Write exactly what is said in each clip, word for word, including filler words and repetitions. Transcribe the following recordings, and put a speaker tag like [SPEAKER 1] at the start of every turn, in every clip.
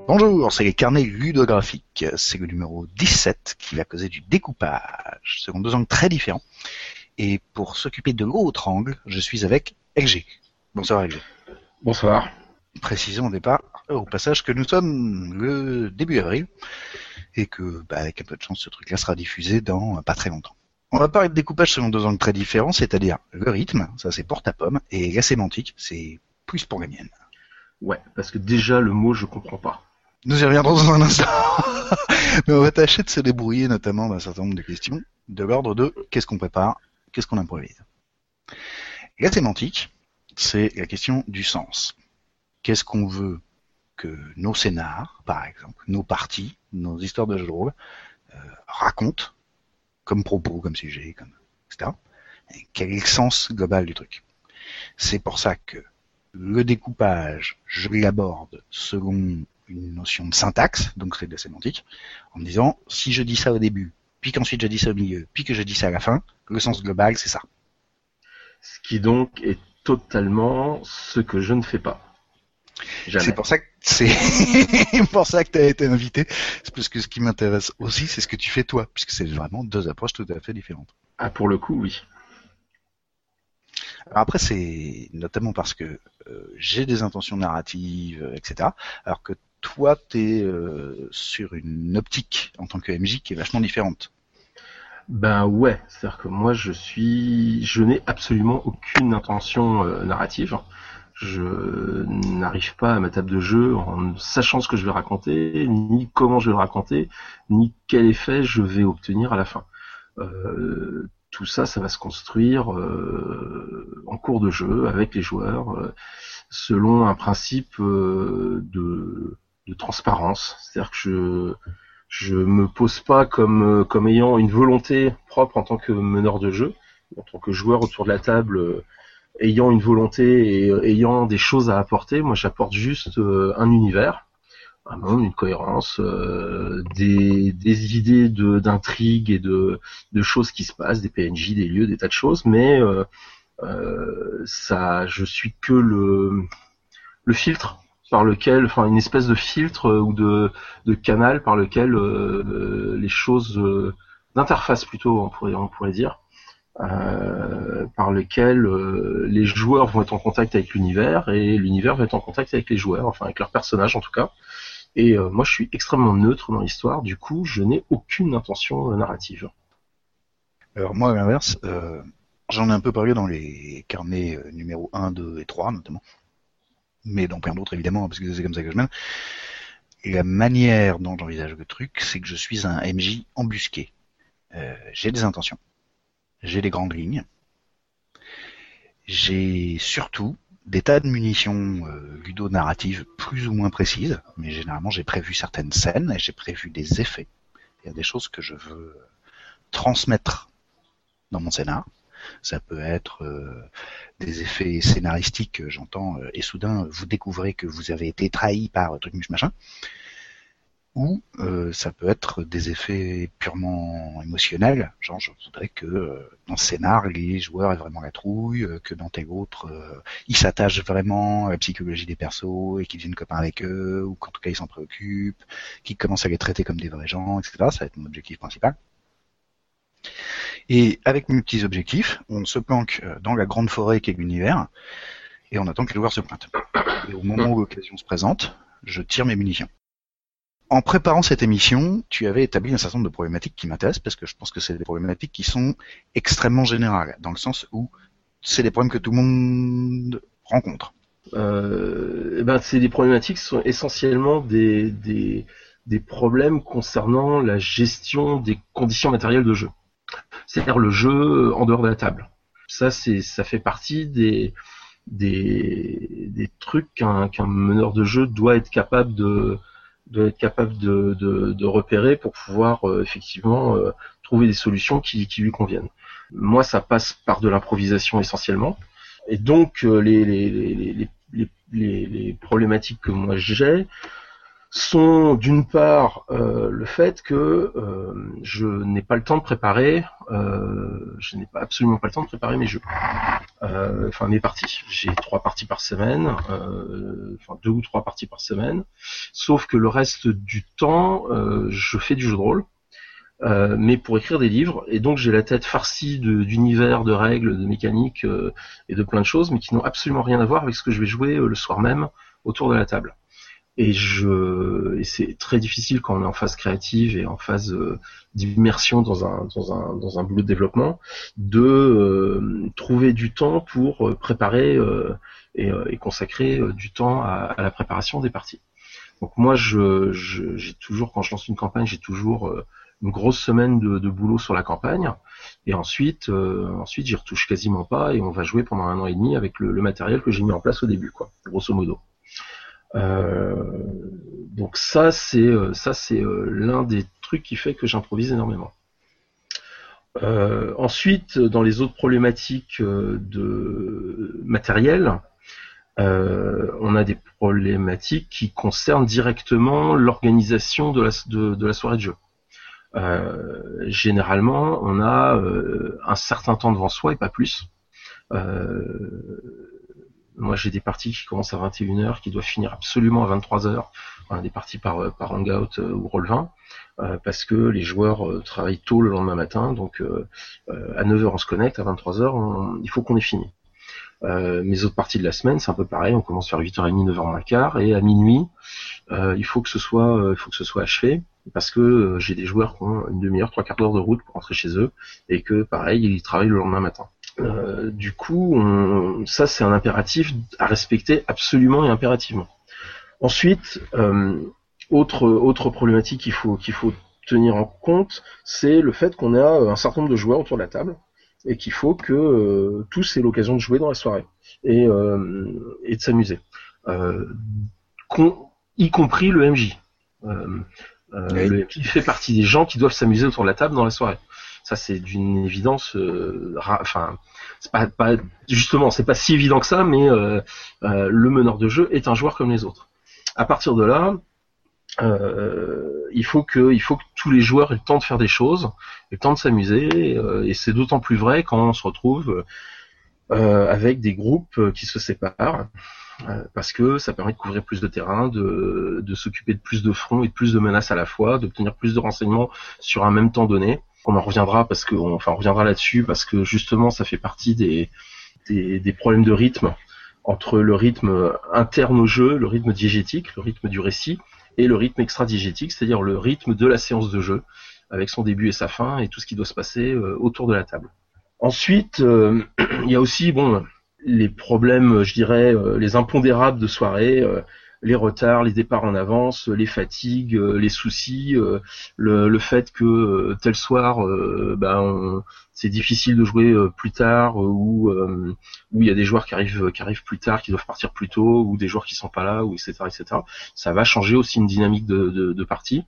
[SPEAKER 1] Bonjour, c'est les carnets ludographiques. C'est le numéro dix-sept qui va causer du découpage, selon deux angles très différents. Et pour s'occuper de l'autre angle, je suis avec L G. Bonsoir L G.
[SPEAKER 2] Bonsoir.
[SPEAKER 1] Précisons au départ, au passage, que nous sommes le début avril et que, bah, avec un peu de chance, ce truc-là sera diffusé dans pas très longtemps. On va parler de découpage selon deux angles très différents, c'est-à-dire le rythme, ça c'est pour ta pomme, et la sémantique, c'est plus pour la mienne.
[SPEAKER 2] Ouais, parce que déjà le mot je comprends pas.
[SPEAKER 1] Nous y reviendrons dans un instant. Mais on va tâcher de se débrouiller notamment d'un certain nombre de questions de l'ordre de qu'est-ce qu'on prépare, qu'est-ce qu'on improvise. La sémantique, c'est la question du sens. Qu'est-ce qu'on veut que nos scénars, par exemple, nos parties, nos histoires de jeux de rôle, euh, racontent comme propos, comme sujet, comme, et cetera. Et quel est le sens global du truc. C'est pour ça que le découpage, je l'aborde selon une notion de syntaxe, donc c'est de la sémantique, en me disant, si je dis ça au début, puis qu'ensuite je dis ça au milieu, puis que je dis ça à la fin, le sens global, c'est ça.
[SPEAKER 2] Ce qui donc est totalement ce que je ne fais pas. Jamais.
[SPEAKER 1] C'est pour ça que c'est pour ça que tu as été invité. C'est parce que ce qui m'intéresse aussi, c'est ce que tu fais toi, puisque c'est vraiment deux approches tout à fait différentes.
[SPEAKER 2] Ah, pour le coup, oui.
[SPEAKER 1] Alors après, c'est notamment parce que euh, j'ai des intentions narratives, et cetera. Alors que toi, t'es euh, sur une optique en tant que M J qui est vachement différente.
[SPEAKER 2] Ben ouais, c'est-à-dire que moi je suis, je n'ai absolument aucune intention euh, narrative. Je n'arrive pas à ma table de jeu en sachant ce que je vais raconter, ni comment je vais le raconter, ni quel effet je vais obtenir à la fin. Euh, tout ça, ça va se construire euh, en cours de jeu avec les joueurs, euh, selon un principe euh, de, de transparence. C'est-à-dire que je je me pose pas comme comme ayant une volonté propre en tant que meneur de jeu, en tant que joueur autour de la table, euh, ayant une volonté et euh, ayant des choses à apporter. Moi, j'apporte juste euh, un univers, un monde, une cohérence, euh, des, des idées de, d'intrigue et de, de choses qui se passent, des P N J, des lieux, des tas de choses, mais euh, euh, ça, je suis que le, le filtre par lequel, enfin une espèce de filtre euh, ou de, de canal par lequel euh, les choses, euh, d'interface plutôt, on pourrait, on pourrait dire, euh, par lequel euh, les joueurs vont être en contact avec l'univers et l'univers va être en contact avec les joueurs, enfin avec leurs personnages en tout cas. Et euh, moi, je suis extrêmement neutre dans l'histoire. Du coup, je n'ai aucune intention euh, narrative.
[SPEAKER 1] Alors moi, à l'inverse, euh, j'en ai un peu parlé dans les carnets euh, numéro un, deux et trois notamment, mais dans plein d'autres évidemment, parce que c'est comme ça que je mène. Et la manière dont j'envisage le truc, c'est que je suis un M J embusqué. Euh, j'ai des intentions, j'ai des grandes lignes, j'ai surtout des tas de munitions euh, ludo-narratives plus ou moins précises, mais généralement j'ai prévu certaines scènes et j'ai prévu des effets. Il y a des choses que je veux transmettre dans mon scénar. Ça peut être euh, des effets scénaristiques, j'entends, euh, et soudain vous découvrez que vous avez été trahi par truc machin. Ou euh, ça peut être des effets purement émotionnels, genre je voudrais que euh, dans ce scénar les joueurs aient vraiment la trouille, euh, que dans tel autre euh, ils s'attachent vraiment à la psychologie des persos et qu'ils deviennent copains avec eux, ou qu'en tout cas ils s'en préoccupent, qu'ils commencent à les traiter comme des vrais gens, et cetera. Ça va être mon objectif principal. Et avec mes petits objectifs, on se planque dans la grande forêt qu'est l'univers, et on attend que les joueurs se pointent. Et au moment où l'occasion se présente, je tire mes munitions. En préparant cette émission, tu avais établi un certain nombre de problématiques qui m'intéressent, parce que je pense que c'est des problématiques qui sont extrêmement générales, dans le sens où c'est des problèmes que tout le monde rencontre.
[SPEAKER 2] Euh, eh ben, c'est des problématiques qui sont essentiellement des, des, des problèmes concernant la gestion des conditions matérielles de jeu. C'est-à-dire le jeu en dehors de la table. Ça, c'est, ça fait partie des, des, des trucs qu'un, qu'un meneur de jeu doit être capable de, doit être capable de, de, de repérer pour pouvoir euh, effectivement euh, trouver des solutions qui, qui lui conviennent. Moi, ça passe par de l'improvisation essentiellement. Et donc, euh, les, les, les, les, les, les, les problématiques que moi j'ai, sont d'une part euh, le fait que euh, je n'ai pas le temps de préparer, euh, je n'ai pas absolument pas le temps de préparer mes jeux, euh, enfin mes parties. J'ai trois parties par semaine, euh, enfin deux ou trois parties par semaine, sauf que le reste du temps, euh, je fais du jeu de rôle. Euh, mais pour écrire des livres, et donc j'ai la tête farcie de, d'univers, de règles, de mécaniques euh, et de plein de choses, mais qui n'ont absolument rien à voir avec ce que je vais jouer euh, le soir même autour de la table. Et je, et c'est très difficile quand on est en phase créative et en phase euh, d'immersion dans un dans un dans un boulot de développement, de euh, trouver du temps pour euh, préparer euh, et, euh, et consacrer euh, du temps à, à la préparation des parties. Donc moi, je, je j'ai toujours, quand je lance une campagne, j'ai toujours euh, une grosse semaine de, de boulot sur la campagne, et ensuite euh, ensuite j'y retouche quasiment pas, et on va jouer pendant un an et demi avec le, le matériel que j'ai mis en place au début, quoi, grosso modo. Euh, donc ça c'est ça c'est euh, l'un des trucs qui fait que j'improvise énormément. Euh, ensuite, dans les autres problématiques euh, de matériel, euh, on a des problématiques qui concernent directement l'organisation de la, de, de la soirée de jeu. Euh, généralement, on a euh, un certain temps devant soi et pas plus. Euh, Moi, j'ai des parties qui commencent à vingt et une heures, qui doivent finir absolument à vingt-trois heures. On a des parties par, par Hangout euh, ou Roll vingt, euh, parce que les joueurs euh, travaillent tôt le lendemain matin. Donc, euh, euh, à neuf heures, on se connecte, à vingt-trois heures, on, il faut qu'on ait fini. Euh, mes autres parties de la semaine, c'est un peu pareil. On commence vers huit heures trente, neuf heures moins quart, et à minuit, euh, il faut que ce soit, euh, il faut que ce soit achevé, parce que euh, j'ai des joueurs qui ont une demi-heure, trois quarts d'heure de route pour rentrer chez eux, et que, pareil, ils travaillent le lendemain matin. Euh, du coup, on, ça c'est un impératif à respecter absolument et impérativement. Ensuite, euh, autre autre problématique qu'il faut qu'il faut tenir en compte, c'est le fait qu'on a un certain nombre de joueurs autour de la table et qu'il faut que euh, tous aient l'occasion de jouer dans la soirée et euh, et de s'amuser, euh, y compris le M J. Euh, euh, oui. Le M J fait partie des gens qui doivent s'amuser autour de la table dans la soirée. Ça c'est d'une évidence, euh, ra- enfin c'est pas, pas justement c'est pas si évident que ça, mais euh, euh, le meneur de jeu est un joueur comme les autres. À partir de là, euh, il faut que il faut que tous les joueurs aient le temps de faire des choses, aient le temps de s'amuser, euh, et c'est d'autant plus vrai quand on se retrouve euh, avec des groupes qui se séparent. Euh, parce que ça permet de couvrir plus de terrain, de, de s'occuper de plus de fronts et de plus de menaces à la fois, d'obtenir plus de renseignements sur un même temps donné. On en reviendra parce que, on, enfin, on reviendra là-dessus parce que justement, ça fait partie des, des, des problèmes de rythme entre le rythme interne au jeu, le rythme diégétique, le rythme du récit, et le rythme extra-diégétique, c'est-à-dire le rythme de la séance de jeu, avec son début et sa fin et tout ce qui doit se passer euh, autour de la table. Ensuite, euh, il y a aussi, bon, les problèmes, je dirais, euh, les impondérables de soirée, euh, les retards, les départs en avance, les fatigues, euh, les soucis, euh, le, le fait que euh, tel soir, euh, ben, on, c'est difficile de jouer euh, plus tard, euh, ou euh, où il y a des joueurs qui arrivent, qui arrivent plus tard, qui doivent partir plus tôt, ou des joueurs qui sont pas là, ou et cetera, et cetera. Ça va changer aussi une dynamique de, de, de partie.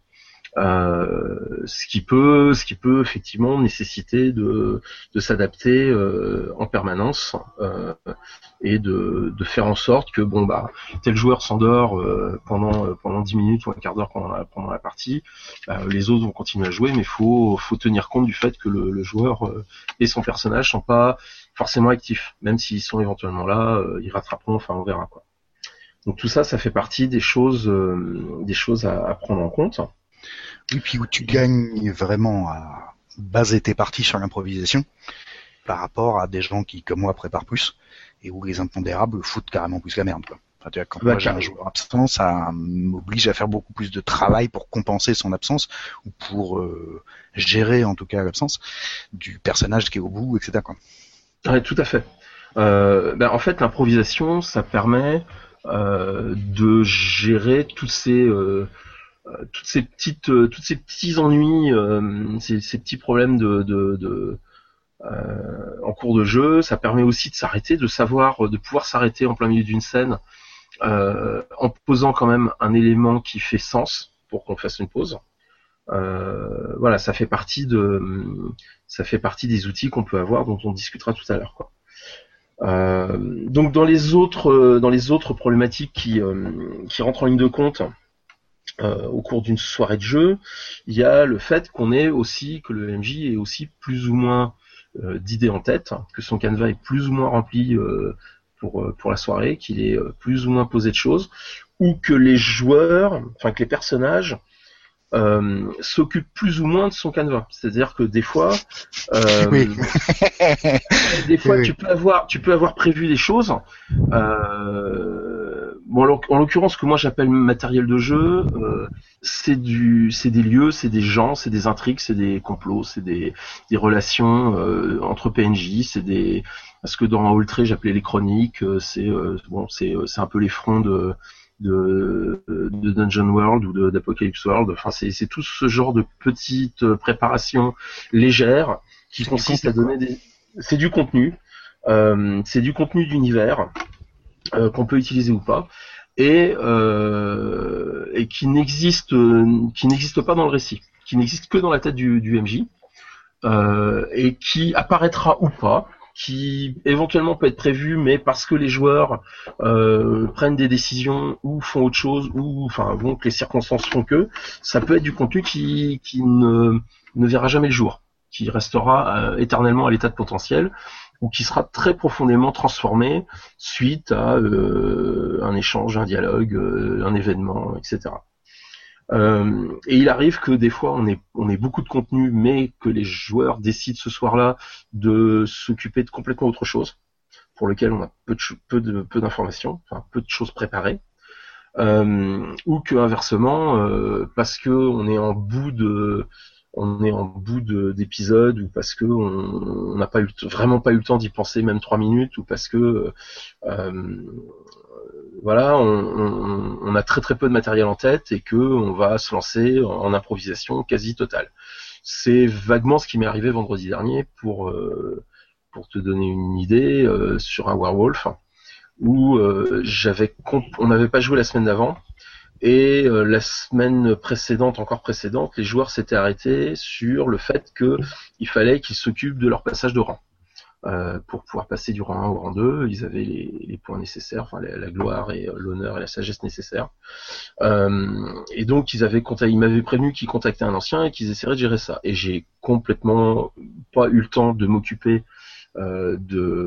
[SPEAKER 2] Euh, ce qui peut, ce qui peut effectivement nécessiter de, de s'adapter euh, en permanence euh, et de, de faire en sorte que bon bah tel joueur s'endort euh, pendant pendant dix minutes ou un quart d'heure pendant la, pendant la partie, bah, les autres vont continuer à jouer, mais faut faut tenir compte du fait que le, le joueur euh, et son personnage sont pas forcément actifs, même s'ils sont éventuellement là, euh, ils rattraperont, enfin on verra quoi. Donc tout ça, ça fait partie des choses, euh, des choses à, à prendre en compte.
[SPEAKER 1] Oui, puis où tu gagnes vraiment à baser tes parties sur l'improvisation par rapport à des gens qui, comme moi, préparent plus et où les impondérables foutent carrément plus la merde, quoi. Enfin, tu vois, quand bah, moi j'ai un joueur absent, ça m'oblige à faire beaucoup plus de travail pour compenser son absence ou pour euh, gérer, en tout cas, l'absence du personnage qui est au bout, et cetera, quoi.
[SPEAKER 2] Ouais, tout à fait. Euh, ben, en fait, l'improvisation, ça permet euh, de gérer toutes ces... Euh, Euh, toutes ces petites, euh, toutes ces petits ennuis, euh, ces, ces petits problèmes de, de, de euh, en cours de jeu. Ça permet aussi de s'arrêter, de savoir, de pouvoir s'arrêter en plein milieu d'une scène, euh, en posant quand même un élément qui fait sens pour qu'on fasse une pause. Euh, voilà, ça fait partie de, ça fait partie des outils qu'on peut avoir, dont on discutera tout à l'heure, quoi. Euh, donc dans les autres, dans les autres problématiques qui, euh, qui rentrent en ligne de compte. euh, au cours d'une soirée de jeu, il y a le fait qu'on ait aussi, que le M J ait aussi plus ou moins euh, d'idées en tête, que son canevas est plus ou moins rempli euh, pour, pour la soirée, qu'il est plus ou moins posé de choses, ou que les joueurs, enfin que les personnages Euh, s'occupe plus ou moins de son canevas. C'est-à-dire que des fois, euh,
[SPEAKER 1] Oui.
[SPEAKER 2] des fois,
[SPEAKER 1] Oui, oui.
[SPEAKER 2] tu peux avoir, tu peux avoir prévu des choses. Euh, bon, en l'oc- en l'occurrence, ce que moi j'appelle matériel de jeu, euh, c'est du, c'est des lieux, c'est des gens, c'est des intrigues, c'est des complots, c'est des, des relations euh, entre P N J, c'est des, parce que dans Oltré j'appelais les chroniques, euh, c'est euh, bon, c'est, c'est un peu les fronts de de, de Dungeon World ou de, d'Apocalypse World. Enfin, c'est, c'est tout ce genre de petites préparations légères qui
[SPEAKER 1] C'est du
[SPEAKER 2] consistent à
[SPEAKER 1] contenu,
[SPEAKER 2] donner des... C'est du contenu. Euh, c'est du contenu d'univers euh, qu'on peut utiliser ou pas et, euh, et qui n'existe qui n'existe pas dans le récit, qui n'existe que dans la tête du, du M J euh, et qui apparaîtra ou pas, qui éventuellement peut être prévu, mais parce que les joueurs euh, prennent des décisions ou font autre chose, ou enfin bon, que les circonstances font que, ça peut être du contenu qui, qui ne, ne verra jamais le jour, qui restera euh, éternellement à l'état de potentiel, ou qui sera très profondément transformé suite à euh, un échange, un dialogue, euh, un événement, et cetera. Euh, et il arrive que des fois on ait, on ait beaucoup de contenu, mais que les joueurs décident ce soir-là de s'occuper de complètement autre chose, pour lequel on a peu de, peu de, peu d'informations, enfin peu de choses préparées, euh, ou que inversement, euh, parce que on est en bout de, on est en bout de, d'épisode, ou parce que on n'a pas eu vraiment pas eu le temps d'y penser même trois minutes, ou parce que euh, voilà, on, on, on a très très peu de matériel en tête et que on va se lancer en, en improvisation quasi totale. C'est vaguement ce qui m'est arrivé vendredi dernier pour euh, pour te donner une idée euh, sur un Werewolf où euh, j'avais comp- on n'avait pas joué la semaine d'avant et euh, la semaine précédente, encore précédente, les joueurs s'étaient arrêtés sur le fait que il fallait qu'ils s'occupent de leur passage de rang. Euh, pour pouvoir passer du rang un au rang deux, ils avaient les, les points nécessaires, enfin la, la gloire et euh, l'honneur et la sagesse nécessaires. Euh, et donc ils avaient contacté, ils m'avaient prévenu qu'ils contactaient un ancien et qu'ils essaieraient de gérer ça. Et j'ai complètement pas eu le temps de m'occuper euh,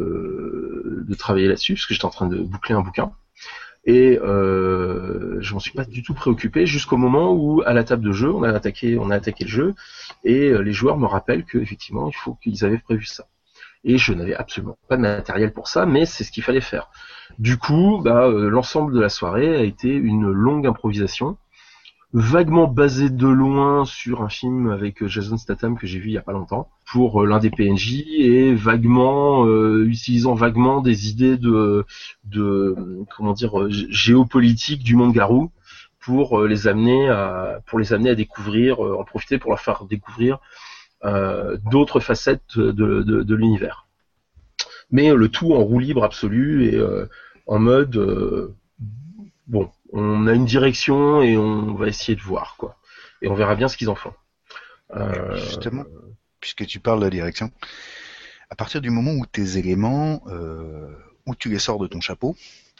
[SPEAKER 2] de, de travailler là-dessus parce que j'étais en train de boucler un bouquin. Et euh, je m'en suis pas du tout préoccupé jusqu'au moment où, à la table de jeu, on a attaqué, on a attaqué le jeu et euh, les joueurs me rappellent qu'effectivement, il faut qu'ils avaient prévu ça. Et je n'avais absolument pas de matériel pour ça, mais c'est ce qu'il fallait faire. Du coup, bah, euh, l'ensemble de la soirée a été une longue improvisation, vaguement basée de loin sur un film avec Jason Statham que j'ai vu il y a pas longtemps, pour euh, l'un des P N J, et vaguement, euh, utilisant vaguement des idées de, de comment dire, euh, géopolitique du monde garou, pour euh, les amener à, pour les amener à découvrir, euh, en profiter pour leur faire découvrir Euh, d'autres facettes de, de, de l'univers. Mais euh, le tout en roue libre absolue et euh, en mode euh, bon, on a une direction et on va essayer de voir quoi. Et on verra bien ce qu'ils en font. Euh...
[SPEAKER 1] Justement, puisque tu parles de la direction, à partir du moment où tes éléments, euh, où tu les sors de ton chapeau,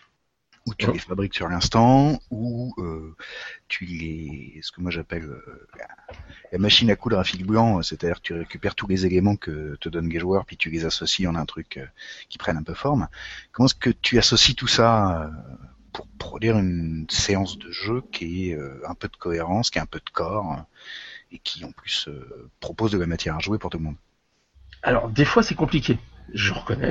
[SPEAKER 1] où tu
[SPEAKER 2] Hein
[SPEAKER 1] les fabriques sur l'instant, où euh, tu les, ce que moi j'appelle euh, la, la machine à coudre à fil blanc, c'est-à-dire que tu récupères tous les éléments que te donnent les joueurs, puis tu les associes en un truc euh, qui prenne un peu forme. Comment est-ce que tu associes tout ça euh, pour produire une séance de jeu qui ait euh, un peu de cohérence, qui a un peu de corps, euh, et qui en plus euh, propose de la matière à jouer pour tout le monde?
[SPEAKER 2] Alors des fois c'est compliqué, je reconnais.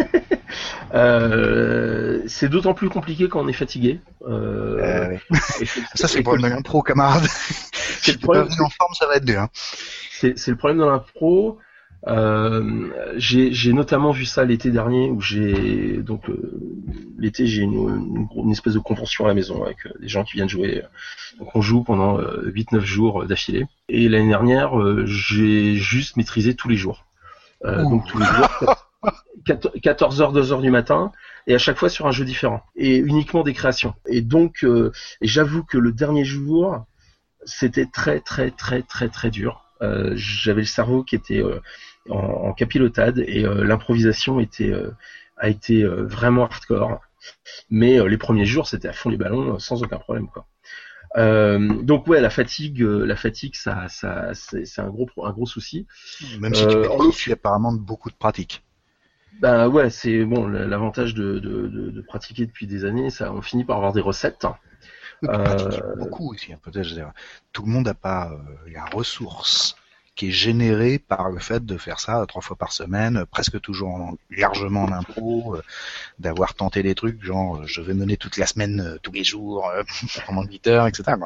[SPEAKER 2] euh, c'est d'autant plus compliqué quand on est fatigué. Euh,
[SPEAKER 1] Euh, ouais.
[SPEAKER 2] et c'est,
[SPEAKER 1] Ça c'est
[SPEAKER 2] et
[SPEAKER 1] le problème de l'impro, camarade.
[SPEAKER 2] c'est
[SPEAKER 1] Si
[SPEAKER 2] le
[SPEAKER 1] t'es pas
[SPEAKER 2] problème.
[SPEAKER 1] venu en forme, ça va être dur. Hein.
[SPEAKER 2] C'est, c'est le problème de l'impro. Euh, j'ai, j'ai notamment vu ça l'été dernier où j'ai donc euh, l'été j'ai une, une, une espèce de convention à la maison avec euh, des gens qui viennent jouer. Donc on joue pendant euh, huit neuf jours d'affilée. Et l'année dernière euh, j'ai juste maîtrisé tous les jours. Euh, donc tous les jours, quatorze heures, deux heures du matin, et à chaque fois sur un jeu différent, et uniquement des créations. Et donc, euh, et j'avoue que le dernier jour, c'était très très très très très dur. Euh, j'avais le cerveau qui était euh, en, en capilotade, et euh, l'improvisation était euh, a été euh, vraiment hardcore. Mais euh, les premiers jours, c'était à fond les ballons, euh, sans aucun problème, quoi. Euh, donc ouais, la fatigue, euh, la fatigue, ça, ça, c'est, c'est un gros, un gros souci.
[SPEAKER 1] Même si tu
[SPEAKER 2] Euh, en
[SPEAKER 1] bénéficies apparemment de beaucoup de pratiques.
[SPEAKER 2] Ben ouais, c'est bon. L'avantage de, de, de, de pratiquer depuis des années, ça, on finit par avoir des recettes.
[SPEAKER 1] Oui, puis pratiquer
[SPEAKER 2] Euh,
[SPEAKER 1] beaucoup aussi, hein, peut-être. Je veux dire, tout le monde n'a pas euh, la ressource qui est générée par le fait de faire ça trois fois par semaine, euh, presque toujours en, largement en impro, euh, d'avoir tenté des trucs, genre euh, je vais mener toute la semaine, euh, tous les jours, euh, pendant huit heures, et cetera. Quoi.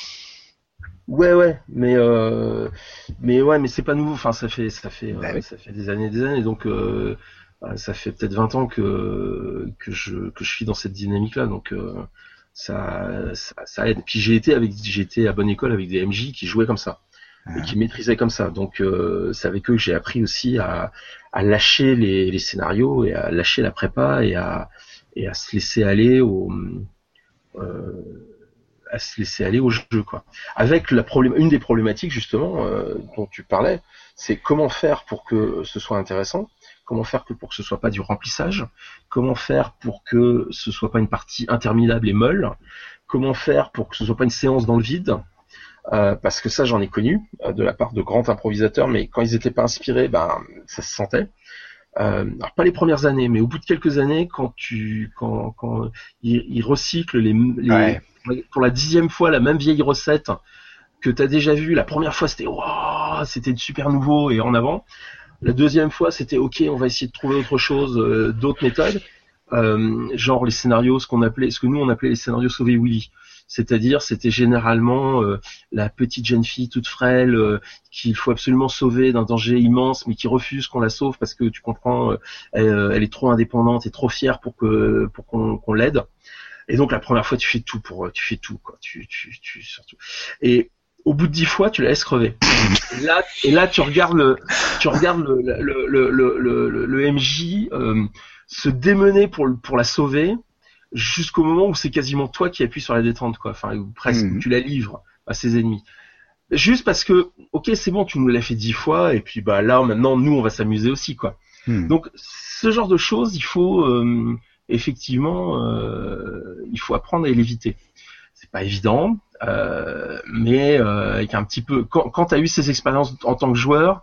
[SPEAKER 2] Ouais, ouais, mais euh, mais ouais, mais c'est pas nouveau. Enfin, ça fait ça fait
[SPEAKER 1] Bah
[SPEAKER 2] euh,
[SPEAKER 1] oui.
[SPEAKER 2] ça fait des années, et des années. Donc euh, euh, ça fait peut-être vingt ans que que je que je suis dans cette dynamique-là. Donc euh, ça, ça ça aide. Puis j'ai été avec j'ai été à bonne école avec des M J qui jouaient comme ça et qui
[SPEAKER 1] Hein.
[SPEAKER 2] maîtrisaient comme ça. Donc euh, c'est avec eux que j'ai appris aussi à à lâcher les les scénarios et à lâcher la prépa et à et à se laisser aller au euh, à se laisser aller au jeu, quoi. Avec la problème, une des problématiques justement euh, dont tu parlais, c'est comment faire pour que ce soit intéressant, comment faire que pour que ce soit pas du remplissage, comment faire pour que ce soit pas une partie interminable et molle, comment faire pour que ce soit pas une séance dans le vide, euh, parce que ça j'en ai connu euh, de la part de grands improvisateurs, mais quand ils étaient pas inspirés, ben ça se sentait. Euh, alors pas les premières années, mais au bout de quelques années, quand tu, quand, quand ils, ils recyclent les, les,
[SPEAKER 1] Ouais.
[SPEAKER 2] pour la dixième fois la même vieille recette que t'as déjà vue. La première fois c'était waouh, c'était super nouveau et en avant. La deuxième fois c'était ok, on va essayer de trouver autre chose, euh, d'autres méthodes, euh, genre les scénarios, ce qu'on appelait, ce que nous on appelait les scénarios Sauver Willy. C'est-à-dire, c'était généralement euh, la petite jeune fille toute frêle euh, qu'il faut absolument sauver d'un danger immense, mais qui refuse qu'on la sauve parce que tu comprends, euh, elle, elle est trop indépendante et trop fière pour que pour qu'on, qu'on l'aide. Et donc la première fois, tu fais tout pour, tu fais tout quoi, tu tu tu surtout. Et au bout de dix fois, tu la laisses crever. Et là, et là, tu regardes le, tu regardes le le le le, le, le M J euh, se démener pour pour la sauver, jusqu'au moment où c'est quasiment toi qui appuies sur la détente, quoi. Enfin, ou presque, où
[SPEAKER 1] Mmh.
[SPEAKER 2] tu la livres à ses ennemis. Juste parce que, ok, c'est bon, tu nous l'as fait dix fois, et puis bah là, maintenant, nous, on va s'amuser aussi, quoi.
[SPEAKER 1] Mmh.
[SPEAKER 2] Donc, ce genre de choses, il faut euh, effectivement, euh, il faut apprendre à l'éviter. C'est pas évident, euh, mais euh, avec un petit peu, quand, quand tu as eu ces expériences en tant que joueur,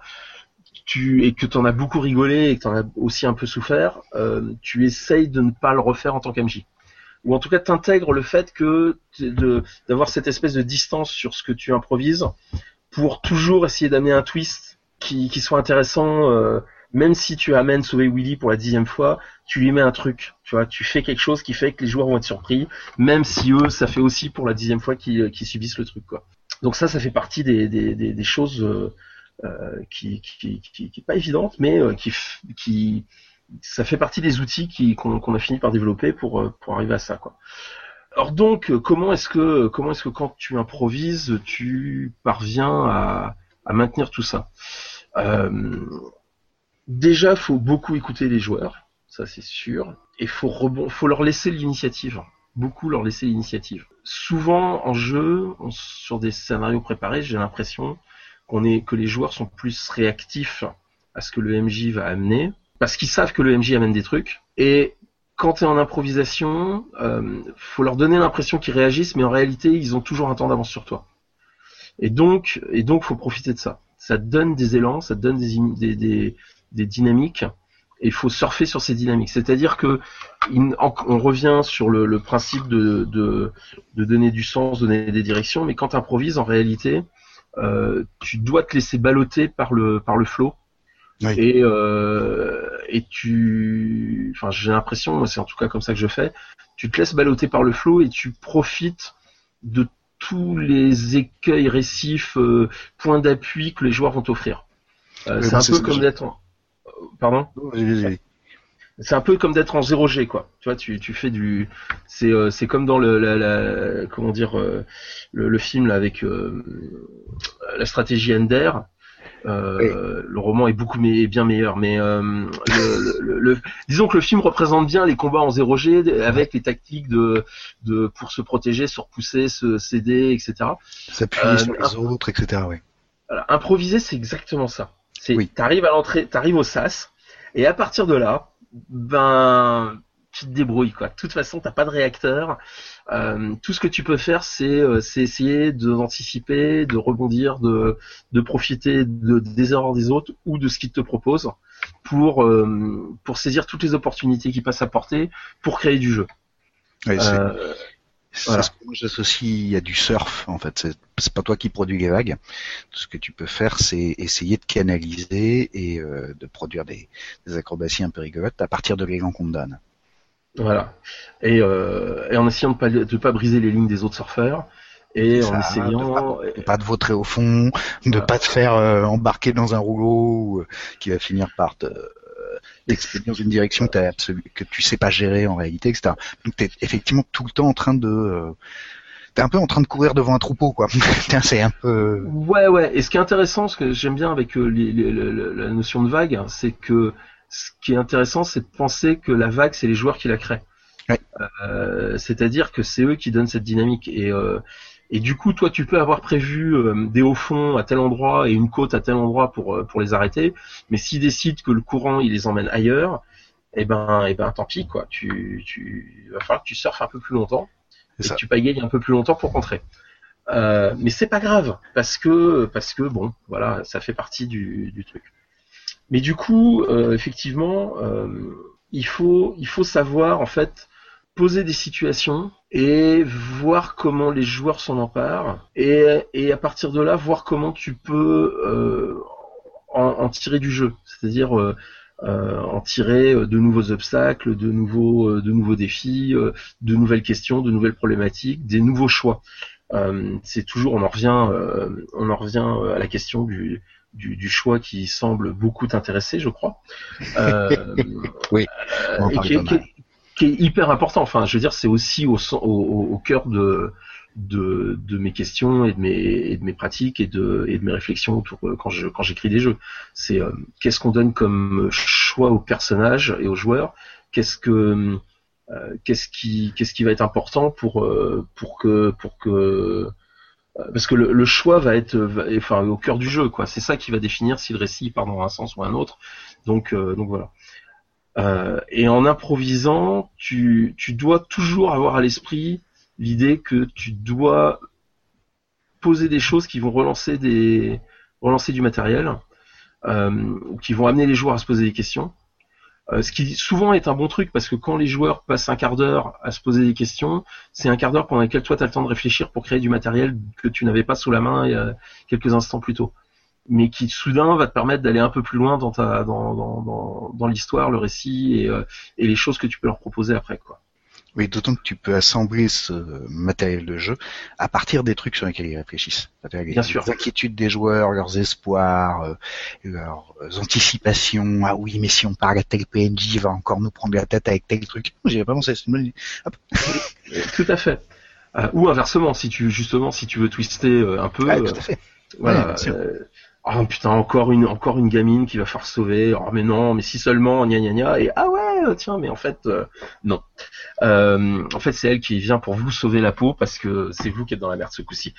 [SPEAKER 2] tu et que tu en as beaucoup rigolé et que tu en as aussi un peu souffert, euh, tu essayes de ne pas le refaire en tant qu'M J. Ou en tout cas t'intègres le fait que de, d'avoir cette espèce de distance sur ce que tu improvises pour toujours essayer d'amener un twist qui, qui soit intéressant, euh, même si tu amènes Sauver Willy pour la dixième fois, tu lui mets un truc, tu vois, tu fais quelque chose qui fait que les joueurs vont être surpris, même si eux, ça fait aussi pour la dixième fois qu'ils, qu'ils subissent le truc, quoi. Donc ça, ça fait partie des, des, des, des choses euh, euh, qui, qui, qui, qui est pas évidente, mais euh, qui, qui ça fait partie des outils qui, qu'on, qu'on a fini par développer pour, pour arriver à ça, quoi. Alors donc, comment est-ce que, comment est-ce que quand tu improvises, tu parviens à, à maintenir tout ça? euh, Déjà, faut beaucoup écouter les joueurs, ça c'est sûr, et faut rebond, faut leur laisser l'initiative, beaucoup leur laisser l'initiative. Souvent en jeu, on, sur des scénarios préparés, j'ai l'impression qu'on est, que les joueurs sont plus réactifs à ce que le M J va amener, parce qu'ils savent que le M J amène des trucs, et quand tu es en improvisation, euh, faut leur donner l'impression qu'ils réagissent, mais en réalité, ils ont toujours un temps d'avance sur toi. Et donc, et donc, faut profiter de ça. Ça te donne des élans, ça te donne des, des, des, des dynamiques, et il faut surfer sur ces dynamiques. C'est-à-dire que on revient sur le, le principe de, de, de donner du sens, donner des directions, mais quand tu improvises, en réalité, euh, tu dois te laisser balloter par le, par le flow.
[SPEAKER 1] Oui.
[SPEAKER 2] Et, euh, et tu, enfin, j'ai l'impression, moi c'est en tout cas comme ça que je fais, tu te laisses balloter par le flow et tu profites de tous les écueils, récifs, euh, points d'appui que les joueurs vont t'offrir. Euh,
[SPEAKER 1] Oui,
[SPEAKER 2] c'est un
[SPEAKER 1] c'est
[SPEAKER 2] peu
[SPEAKER 1] ce que
[SPEAKER 2] comme
[SPEAKER 1] je-
[SPEAKER 2] d'être en... Pardon
[SPEAKER 1] Vas-y, vas-y, vas-y.
[SPEAKER 2] C'est un peu comme d'être en zéro G, quoi. Tu vois, tu, tu fais du, c'est, euh, c'est comme dans le, la, la, comment dire, euh, le, le film là avec euh, la stratégie Ender. Euh,
[SPEAKER 1] Oui.
[SPEAKER 2] le roman est beaucoup mais, est bien meilleur, mais euh, le, le, le, disons que le film représente bien les combats en zéro G avec les tactiques de, de pour se protéger, se repousser, se céder, et cetera.
[SPEAKER 1] S'appuyer
[SPEAKER 2] Euh,
[SPEAKER 1] sur les autres, et cetera. Oui.
[SPEAKER 2] voilà, improviser, c'est exactement ça. C'est,
[SPEAKER 1] Oui.
[SPEAKER 2] t'arrives à l'entrée, t'arrives au sas, et à partir de là, ben, tu te débrouilles quoi. De toute façon, t'as pas de réacteur. Euh, tout ce que tu peux faire, c'est, euh, c'est essayer de, d'anticiper, de rebondir, de, de profiter de, des erreurs des autres ou de ce qu'ils te proposent pour, euh, pour saisir toutes les opportunités qui passent à portée pour créer du jeu.
[SPEAKER 1] Ouais, c'est,
[SPEAKER 2] Euh,
[SPEAKER 1] c'est
[SPEAKER 2] voilà.
[SPEAKER 1] ce que moi j'associe à du surf en fait. C'est, c'est pas toi qui produis les vagues. Tout ce que tu peux faire, c'est essayer de canaliser et euh, de produire des, des acrobaties un peu rigolotes à partir de l'élan qu'on te donne.
[SPEAKER 2] Voilà. Et, euh, et en essayant de pas, de pas briser les lignes des autres surfeurs. Et
[SPEAKER 1] Ça,
[SPEAKER 2] en
[SPEAKER 1] de
[SPEAKER 2] essayant.
[SPEAKER 1] pas, de pas te vautrer au fond, de
[SPEAKER 2] Voilà.
[SPEAKER 1] pas te faire euh, embarquer dans un rouleau euh, qui va finir par te, euh, t'expédier dans une direction que, t'as absolu, que tu sais pas gérer en réalité, et cetera. Donc t'es effectivement tout le temps en train de... Euh, t'es un peu en train de courir devant un troupeau, quoi. C'est un peu...
[SPEAKER 2] Ouais, ouais. Et ce qui est intéressant, ce que j'aime bien avec euh, les, les, les, la notion de vague, c'est que ce qui est intéressant, c'est de penser que la vague, c'est les joueurs qui la créent.
[SPEAKER 1] Ouais.
[SPEAKER 2] Euh, c'est-à-dire que c'est eux qui donnent cette dynamique. Et, euh, et du coup, toi, tu peux avoir prévu euh, des hauts fonds à tel endroit et une côte à tel endroit pour euh, pour les arrêter. Mais s'ils décident que le courant, il les emmène ailleurs, eh ben, eh ben, tant pis, quoi. Tu, tu, il va falloir que tu surfes un peu plus longtemps
[SPEAKER 1] C'est
[SPEAKER 2] et
[SPEAKER 1] ça.
[SPEAKER 2] que tu pagayes un peu plus longtemps pour rentrer. Euh, mais c'est pas grave parce que parce que bon, voilà, ça fait partie du, du truc. Mais du coup, euh, effectivement, euh, il faut il faut savoir en fait poser des situations et voir comment les joueurs s'en emparent et, et à partir de là voir comment tu peux euh, en, en tirer du jeu, c'est-à-dire euh, euh, en tirer de nouveaux obstacles, de nouveaux de nouveaux défis, euh, de nouvelles questions, de nouvelles problématiques, des nouveaux choix. Euh, c'est toujours on en revient euh, on en revient à la question du du, du choix qui semble beaucoup t'intéresser, je crois. Euh,
[SPEAKER 1] oui, on en
[SPEAKER 2] et
[SPEAKER 1] parle
[SPEAKER 2] qui,
[SPEAKER 1] pas
[SPEAKER 2] est, qui,
[SPEAKER 1] mal.
[SPEAKER 2] est, qui est hyper important. Enfin, je veux dire, c'est aussi au, au, au cœur de, de, de mes questions et de mes, et de mes pratiques et de, et de mes réflexions autour, quand, je, quand j'écris des jeux. C'est euh, qu'est-ce qu'on donne comme choix aux personnages et aux joueurs. Qu'est-ce que euh, qu'est-ce qui qu'est-ce qui va être important pour euh, pour que pour que parce que le, le choix va être va, enfin au cœur du jeu, quoi. C'est ça qui va définir si le récit part dans un sens ou un autre. Donc euh, donc voilà. Euh, et en improvisant, tu, tu dois toujours avoir à l'esprit l'idée que tu dois poser des choses qui vont relancer des relancer du matériel, euh, qui vont amener les joueurs à se poser des questions. Euh, ce qui souvent est un bon truc parce que quand les joueurs passent un quart d'heure à se poser des questions, c'est un quart d'heure pendant lequel toi tu as le temps de réfléchir pour créer du matériel que tu n'avais pas sous la main il y a quelques instants plus tôt, mais qui soudain va te permettre d'aller un peu plus loin dans ta dans dans dans, dans l'histoire, le récit et euh, et les choses que tu peux leur proposer après, quoi.
[SPEAKER 1] Oui, d'autant que tu peux assembler ce matériel de jeu à partir des trucs sur lesquels ils réfléchissent. C'est-à-dire les,
[SPEAKER 2] Bien sûr.
[SPEAKER 1] les inquiétudes des joueurs, leurs espoirs, euh, leurs anticipations. Ah oui, mais si on parle à tel P N J, il va encore nous prendre la tête avec tel truc. J'y avais pas pensé, c'est une bonne idée. Hop.
[SPEAKER 2] Tout à fait. Euh, ou inversement, si tu justement si tu veux twister euh, un peu.
[SPEAKER 1] Ah, tout à fait.
[SPEAKER 2] Euh, voilà.
[SPEAKER 1] Ouais,
[SPEAKER 2] euh, oh putain, encore une encore une gamine qui va falloir sauver. Oh mais non, mais si seulement, gna gna gna. Et ah ouais, tiens, mais en fait euh, non. Euh, en fait, c'est elle qui vient pour vous sauver la peau parce que c'est vous qui êtes dans la merde ce coup-ci.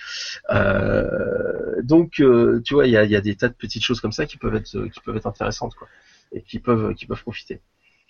[SPEAKER 2] Euh, donc, euh, tu vois, il y a, y a des tas de petites choses comme ça qui peuvent être qui peuvent être intéressantes, quoi, et qui peuvent qui peuvent profiter.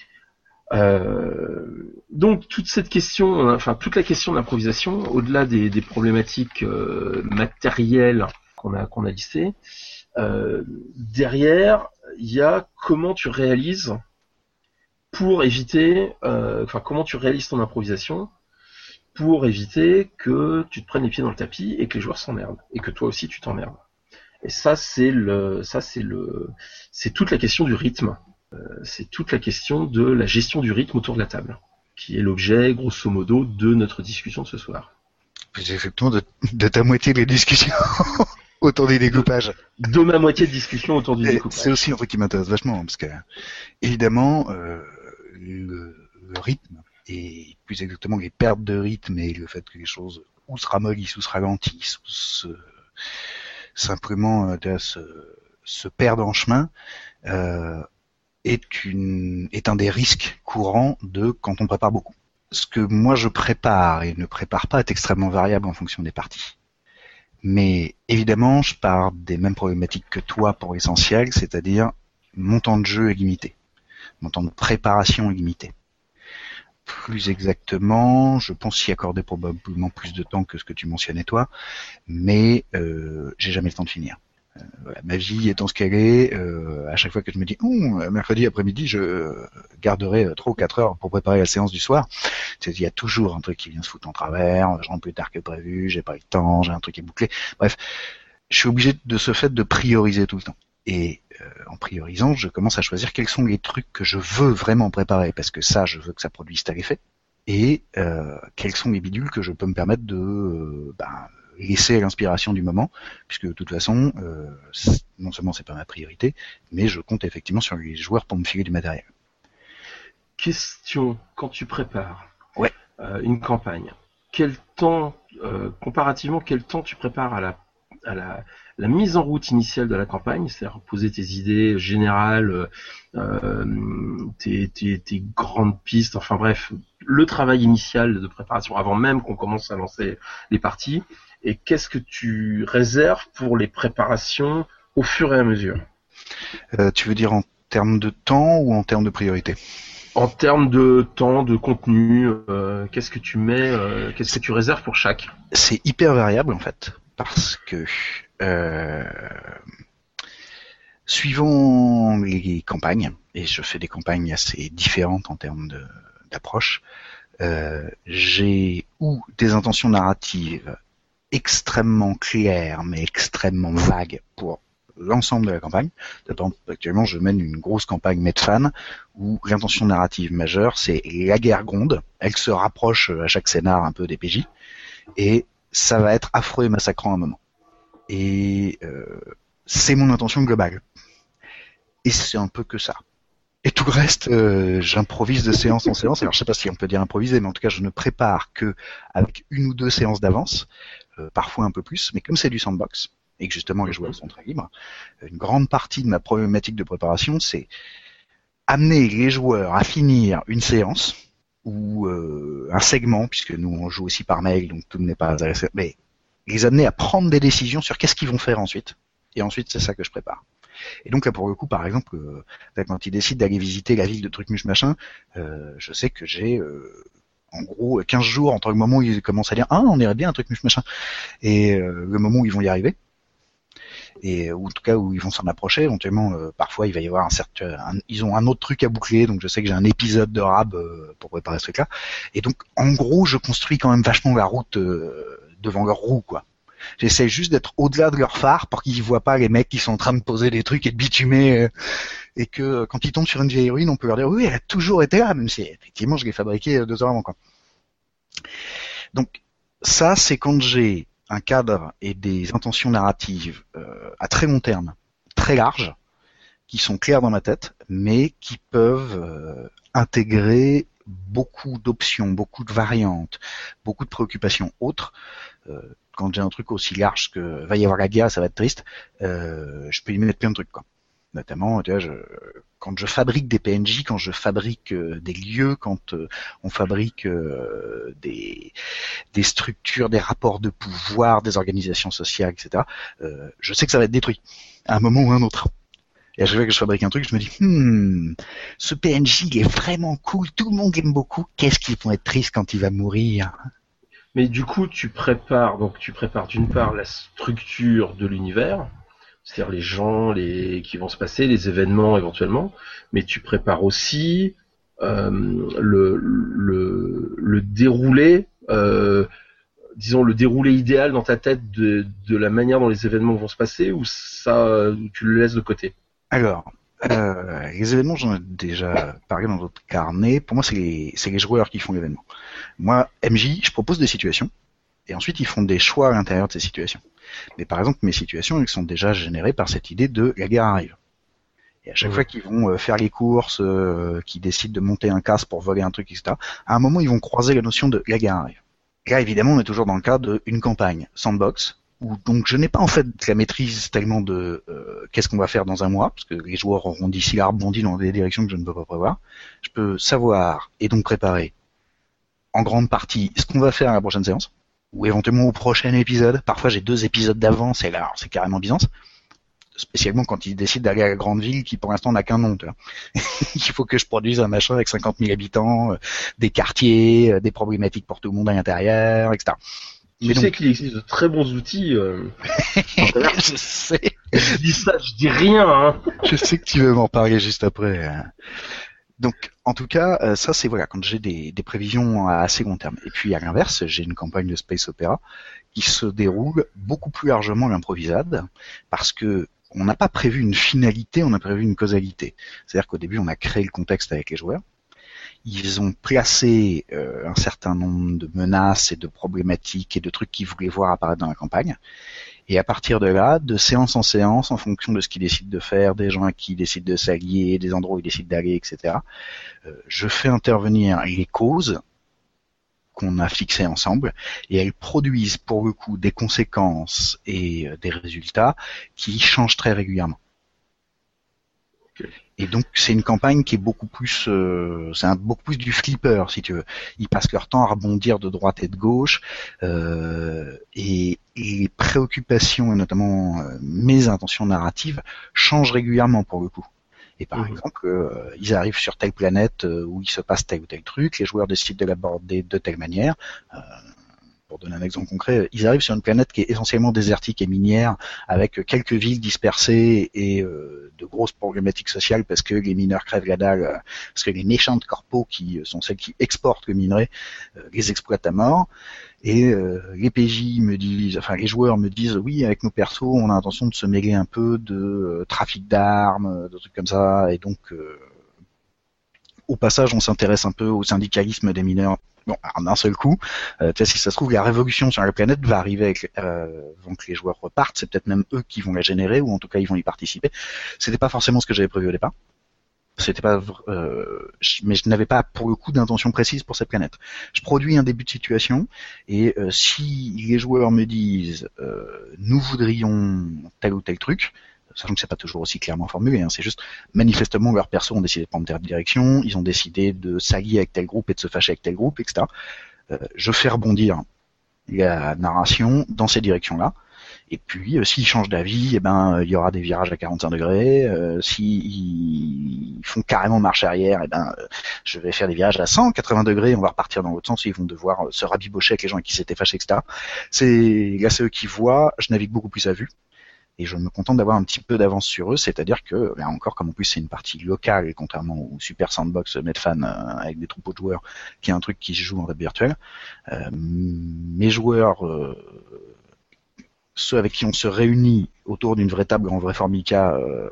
[SPEAKER 2] Euh, donc toute cette question, enfin toute la question de l'improvisation, au-delà des, des problématiques euh, matérielles qu'on a qu'on a listées, euh, derrière il y a comment tu réalises pour éviter, euh, enfin comment tu réalises ton improvisation pour éviter que tu te prennes les pieds dans le tapis et que les joueurs s'emmerdent et que toi aussi tu t'emmerdes. Et ça c'est le, ça c'est le, c'est toute la question du rythme. Euh, c'est toute la question de la gestion du rythme autour de la table, qui est l'objet, grosso modo, de notre discussion de ce soir.
[SPEAKER 1] C'est effectivement de, de ta moitié des discussions autour des découpages.
[SPEAKER 2] De, de ma moitié de discussion autour du découpage.
[SPEAKER 1] C'est aussi un truc qui m'intéresse vachement, parce que, évidemment, euh, le, le rythme, et plus exactement les pertes de rythme et le fait que les choses ou se ramollissent, ou se ralentissent, ou se, simplement euh, se, se perdent en chemin, euh, est une est un des risques courants de quand on prépare beaucoup. Ce que moi je prépare et ne prépare pas est extrêmement variable en fonction des parties. Mais évidemment, je pars des mêmes problématiques que toi pour l'essentiel, c'est-à-dire mon temps de jeu est limité, mon temps de préparation est limité. plus exactement, je pense y accorder probablement plus de temps que ce que tu mentionnais toi, mais euh, j'ai jamais le temps de finir. Euh, voilà, ma vie étant ce qu'elle est, euh, à chaque fois que je me dis oh, mercredi après-midi je garderai trois ou quatre heures pour préparer la séance du soir, il y a toujours un truc qui vient se foutre en travers, je rentre plus tard que prévu, j'ai pas eu le temps, j'ai un truc à boucler, bref, je suis obligé de ce fait de prioriser tout le temps. Et euh, en priorisant, je commence à choisir quels sont les trucs que je veux vraiment préparer, parce que ça, je veux que ça produise tel effet, et euh, quels sont les bidules que je peux me permettre de euh, ben, laisser à l'inspiration du moment, puisque de toute façon, euh, non seulement c'est pas ma priorité, mais je compte effectivement sur les joueurs pour me filer du matériel.
[SPEAKER 2] Question, quand tu prépares
[SPEAKER 1] ouais.
[SPEAKER 2] euh, une campagne, quel temps, euh, comparativement, quel temps tu prépares à la à la, la mise en route initiale de la campagne, c'est-à-dire poser tes idées générales, euh, tes, tes, tes grandes pistes, enfin bref, le travail initial de préparation avant même qu'on commence à lancer les parties, et qu'est-ce que tu réserves pour les préparations au fur et à mesure?
[SPEAKER 1] euh, Tu veux dire en termes de temps ou en termes de priorité?
[SPEAKER 2] En termes de temps, de contenu, euh, qu'est-ce que tu mets, euh, qu'est-ce que tu réserves pour chaque?
[SPEAKER 1] C'est hyper variable en fait. Parce que euh, suivant les campagnes, et je fais des campagnes assez différentes en termes de, d'approche, euh, j'ai ou des intentions narratives extrêmement claires mais extrêmement vagues pour l'ensemble de la campagne. Actuellement, je mène une grosse campagne Medfan où l'intention narrative majeure, c'est la guerre gronde. Elle se rapproche à chaque scénar un peu des P J et ça va être affreux et massacrant à un moment. Et euh, c'est mon intention globale. Et c'est un peu que ça. Et tout le reste, euh, j'improvise de séance en séance. Alors je sais pas si on peut dire improviser, mais en tout cas je ne prépare que avec une ou deux séances d'avance, euh, parfois un peu plus. Mais comme c'est du sandbox, et que justement les joueurs sont très libres, une grande partie de ma problématique de préparation, c'est amener les joueurs à finir une séance, ou euh, un segment, puisque nous on joue aussi par mail, donc tout n'est pas adressé, mais les amener à prendre des décisions sur qu'est-ce qu'ils vont faire ensuite. Et ensuite, c'est ça que je prépare. Et donc là, pour le coup, par exemple, euh, quand ils décident d'aller visiter la ville de Trucmuche machin, euh, je sais que j'ai euh, en gros quinze jours entre le moment où ils commencent à dire « Ah, on irait bien un Trucmuche machin » et euh, le moment où ils vont y arriver. Et ou en tout cas où ils vont s'en approcher, éventuellement euh, parfois il va y avoir un certain, un, ils ont un autre truc à boucler, donc je sais que j'ai un épisode de rab euh, pour préparer ce truc-là, et donc en gros je construis quand même vachement la route euh, devant leur roue, quoi. J'essaie juste d'être au-delà de leur phare pour qu'ils voient pas les mecs qui sont en train de poser des trucs et de bitumer, euh, et que euh, quand ils tombent sur une vieille ruine, on peut leur dire oui, elle a toujours été là, même si effectivement je l'ai fabriquée deux heures avant, quoi. Donc ça, c'est quand j'ai un cadre et des intentions narratives euh, à très long terme, très larges, qui sont clairs dans ma tête, mais qui peuvent euh, intégrer beaucoup d'options, beaucoup de variantes, beaucoup de préoccupations autres. Euh, quand j'ai un truc aussi large que va y avoir la guerre, ça va être triste, euh, je peux y mettre plein de trucs, quoi. Notamment, tu vois, je, quand je fabrique des P N J, quand je fabrique euh, des lieux, quand euh, on fabrique euh, des, des structures, des rapports de pouvoir, des organisations sociales, et cetera, euh, je sais que ça va être détruit à un moment ou à un autre. Et à chaque fois que je fabrique un truc, je me dis, hmm, ce P N J, il est vraiment cool, tout le monde l'aime beaucoup, qu'est-ce qu'ils vont être tristes quand il va mourir?
[SPEAKER 2] Mais du coup, tu prépares, donc tu prépares d'une part la structure de l'univers, c'est-à-dire les gens, les qui vont se passer, les événements éventuellement, mais tu prépares aussi euh, le, le, le déroulé, euh, disons le déroulé idéal dans ta tête de, de la manière dont les événements vont se passer, ou ça, tu le laisses de côté?
[SPEAKER 1] Alors, euh, les événements, j'en ai déjà parlé dans d'autres carnets. Pour moi, c'est les, c'est les joueurs qui font l'événement. Moi, M J, je propose des situations, et ensuite ils font des choix à l'intérieur de ces situations. Mais par exemple, mes situations, elles sont déjà générées par cette idée de la guerre arrive. Et à chaque mmh. fois qu'ils vont euh, faire les courses, euh, qu'ils décident de monter un casse pour voler un truc, et cetera, à un moment, ils vont croiser la notion de la guerre arrive. Et là, évidemment, on est toujours dans le cadre d'une campagne sandbox, où donc je n'ai pas en fait la maîtrise tellement de euh, qu'est-ce qu'on va faire dans un mois, parce que les joueurs auront d'ici là rebondi dans des directions que je ne peux pas prévoir. Je peux savoir et donc préparer en grande partie ce qu'on va faire à la prochaine séance, ou éventuellement au prochain épisode. Parfois j'ai deux épisodes d'avance et là alors, c'est carrément Byzance. spécialement quand ils décident d'aller à la grande ville qui pour l'instant n'a qu'un nom. Tu vois. Il faut que je produise un machin avec cinquante mille habitants, euh, des quartiers, euh, des problématiques pour tout le monde à l'intérieur, et cetera.
[SPEAKER 2] Tu
[SPEAKER 1] Mais
[SPEAKER 2] sais
[SPEAKER 1] donc...
[SPEAKER 2] qu'il existe de très bons outils. Euh...
[SPEAKER 1] je sais.
[SPEAKER 2] Je dis ça, je dis rien. Hein.
[SPEAKER 1] Je sais que tu veux m'en parler juste après. Hein. Donc, en tout cas, euh, ça c'est voilà quand j'ai des, des prévisions à assez long terme. Et puis à l'inverse, j'ai une campagne de space opéra qui se déroule beaucoup plus largement à l'improvisade, parce que on n'a pas prévu une finalité, on a prévu une causalité. C'est-à-dire qu'au début, on a créé le contexte avec les joueurs. Ils ont placé euh, un certain nombre de menaces et de problématiques et de trucs qu'ils voulaient voir apparaître dans la campagne. Et à partir de là, de séance en séance, en fonction de ce qu'ils décident de faire, des gens à qui ils décident de s'allier, des endroits où ils décident d'aller, et cetera, euh, je fais intervenir les causes qu'on a fixées ensemble, et elles produisent pour le coup des conséquences et euh, des résultats qui changent très régulièrement.
[SPEAKER 2] Okay.
[SPEAKER 1] Et donc c'est une campagne qui est beaucoup plus, euh, c'est un, beaucoup plus du flipper si tu veux. Ils passent leur temps à rebondir de droite et de gauche, euh, et, et les préoccupations et notamment euh, mes intentions narratives changent régulièrement pour le coup. Et par mmh. exemple, euh, ils arrivent sur telle planète euh, où il se passe tel ou tel truc, les joueurs décident de l'aborder de telle manière. Euh, Pour donner un exemple concret, ils arrivent sur une planète qui est essentiellement désertique et minière, avec quelques villes dispersées et euh, de grosses problématiques sociales parce que les mineurs crèvent la dalle, euh, parce que les méchantes corpos qui sont celles qui exportent le minerai euh, les exploitent à mort. Et euh, les P J me disent, enfin les joueurs me disent, oui, avec nos persos, on a l'intention de se mêler un peu de euh, trafic d'armes, de trucs comme ça, et donc euh, au passage, on s'intéresse un peu au syndicalisme des mineurs. Bon, alors d'un seul coup, euh, tu sais, si ça se trouve, la révolution sur la planète va arriver avec, euh, avant que les joueurs repartent. C'est peut-être même eux qui vont la générer, ou en tout cas, ils vont y participer. C'était pas forcément ce que j'avais prévu au départ. C'était pas, euh, mais je n'avais pas pour le coup d'intention précise pour cette planète. Je produis un début de situation, et euh, si les joueurs me disent, euh, nous voudrions tel ou tel truc, sachant que c'est pas toujours aussi clairement formulé, hein, c'est juste manifestement leurs persos ont décidé de prendre telle direction, ils ont décidé de s'allier avec tel groupe et de se fâcher avec tel groupe, et cetera. Euh, je fais rebondir la narration dans ces directions-là. Et puis, euh, s'ils changent d'avis, eh ben, il y aura des virages à quarante-cinq degrés. Euh, s'ils font carrément marche arrière, eh ben, euh, je vais faire des virages à cent quatre-vingts degrés. On va repartir dans l'autre sens. Ils vont devoir euh, se rabibocher avec les gens avec qui s'étaient fâchés, et cetera. C'est là, c'est eux qui voient. Je navigue beaucoup plus à vue. Et je me contente d'avoir un petit peu d'avance sur eux, c'est-à-dire que, là encore, comme en plus c'est une partie locale, contrairement au Super Sandbox Medfan euh, avec des troupeaux de joueurs, qui est un truc qui se joue en web virtuel, euh, mes joueurs, euh, ceux avec qui on se réunit autour d'une vraie table en vrai formica, euh,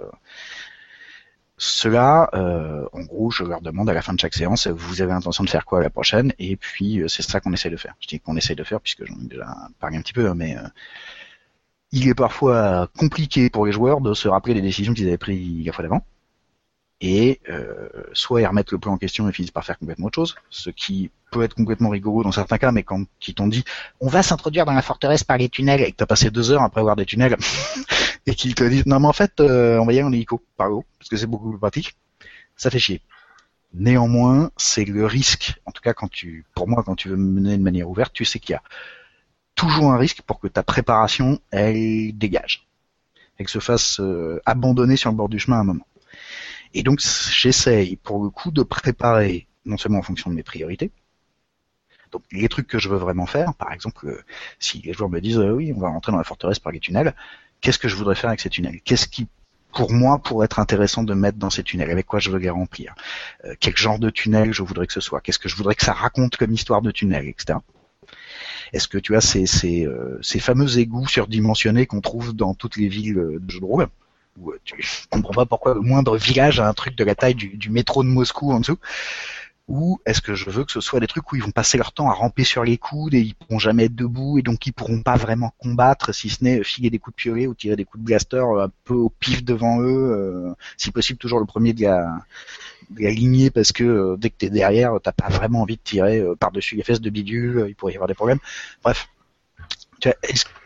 [SPEAKER 1] ceux-là, euh, en gros, je leur demande à la fin de chaque séance, vous avez l'intention de faire quoi à la prochaine? Et puis, c'est ça qu'on essaie de faire. Je dis qu'on essaie de faire, puisque j'en ai déjà parlé un petit peu, mais... Euh, il est parfois compliqué pour les joueurs de se rappeler des décisions qu'ils avaient prises la fois d'avant. Et euh, soit ils remettent le plan en question et finissent par faire complètement autre chose, ce qui peut être complètement rigolo dans certains cas, mais quand ils t'ont dit « on va s'introduire dans la forteresse par les tunnels » et que t'as passé deux heures après voir des tunnels, et qu'ils te disent « non mais en fait, euh, on va y aller en hélico, par haut, parce que c'est beaucoup plus pratique », ça fait chier. Néanmoins, c'est le risque, en tout cas quand tu, pour moi, quand tu veux mener de manière ouverte, tu sais qu'il y a toujours un risque pour que ta préparation, elle dégage. Elle se fasse euh, abandonner sur le bord du chemin à un moment. Et donc, j'essaye, pour le coup, de préparer, non seulement en fonction de mes priorités, donc les trucs que je veux vraiment faire, par exemple, euh, si les joueurs me disent euh, « oui, on va rentrer dans la forteresse par les tunnels », qu'est-ce que je voudrais faire avec ces tunnels? Qu'est-ce qui, pour moi, pourrait être intéressant de mettre dans ces tunnels? Avec quoi je veux les remplir? euh, Quel genre de tunnel je voudrais que ce soit? Qu'est-ce que je voudrais que ça raconte comme histoire de tunnel, et cetera. Est-ce que tu as ces, ces, euh, ces fameux égouts surdimensionnés qu'on trouve dans toutes les villes de jeux de rôle, où euh, tu comprends pas pourquoi le moindre village a un truc de la taille du, du métro de Moscou en dessous? Ou est-ce que je veux que ce soit des trucs où ils vont passer leur temps à ramper sur les coudes et ils pourront jamais être debout et donc ils pourront pas vraiment combattre, si ce n'est filer des coups de piolet ou tirer des coups de blaster un peu au pif devant eux, euh, si possible toujours le premier de la, de la lignée, parce que euh, dès que t'es derrière, t'as pas vraiment envie de tirer euh, par-dessus les fesses de bidule, euh, il pourrait y avoir des problèmes. Bref. Tu vois, est-ce,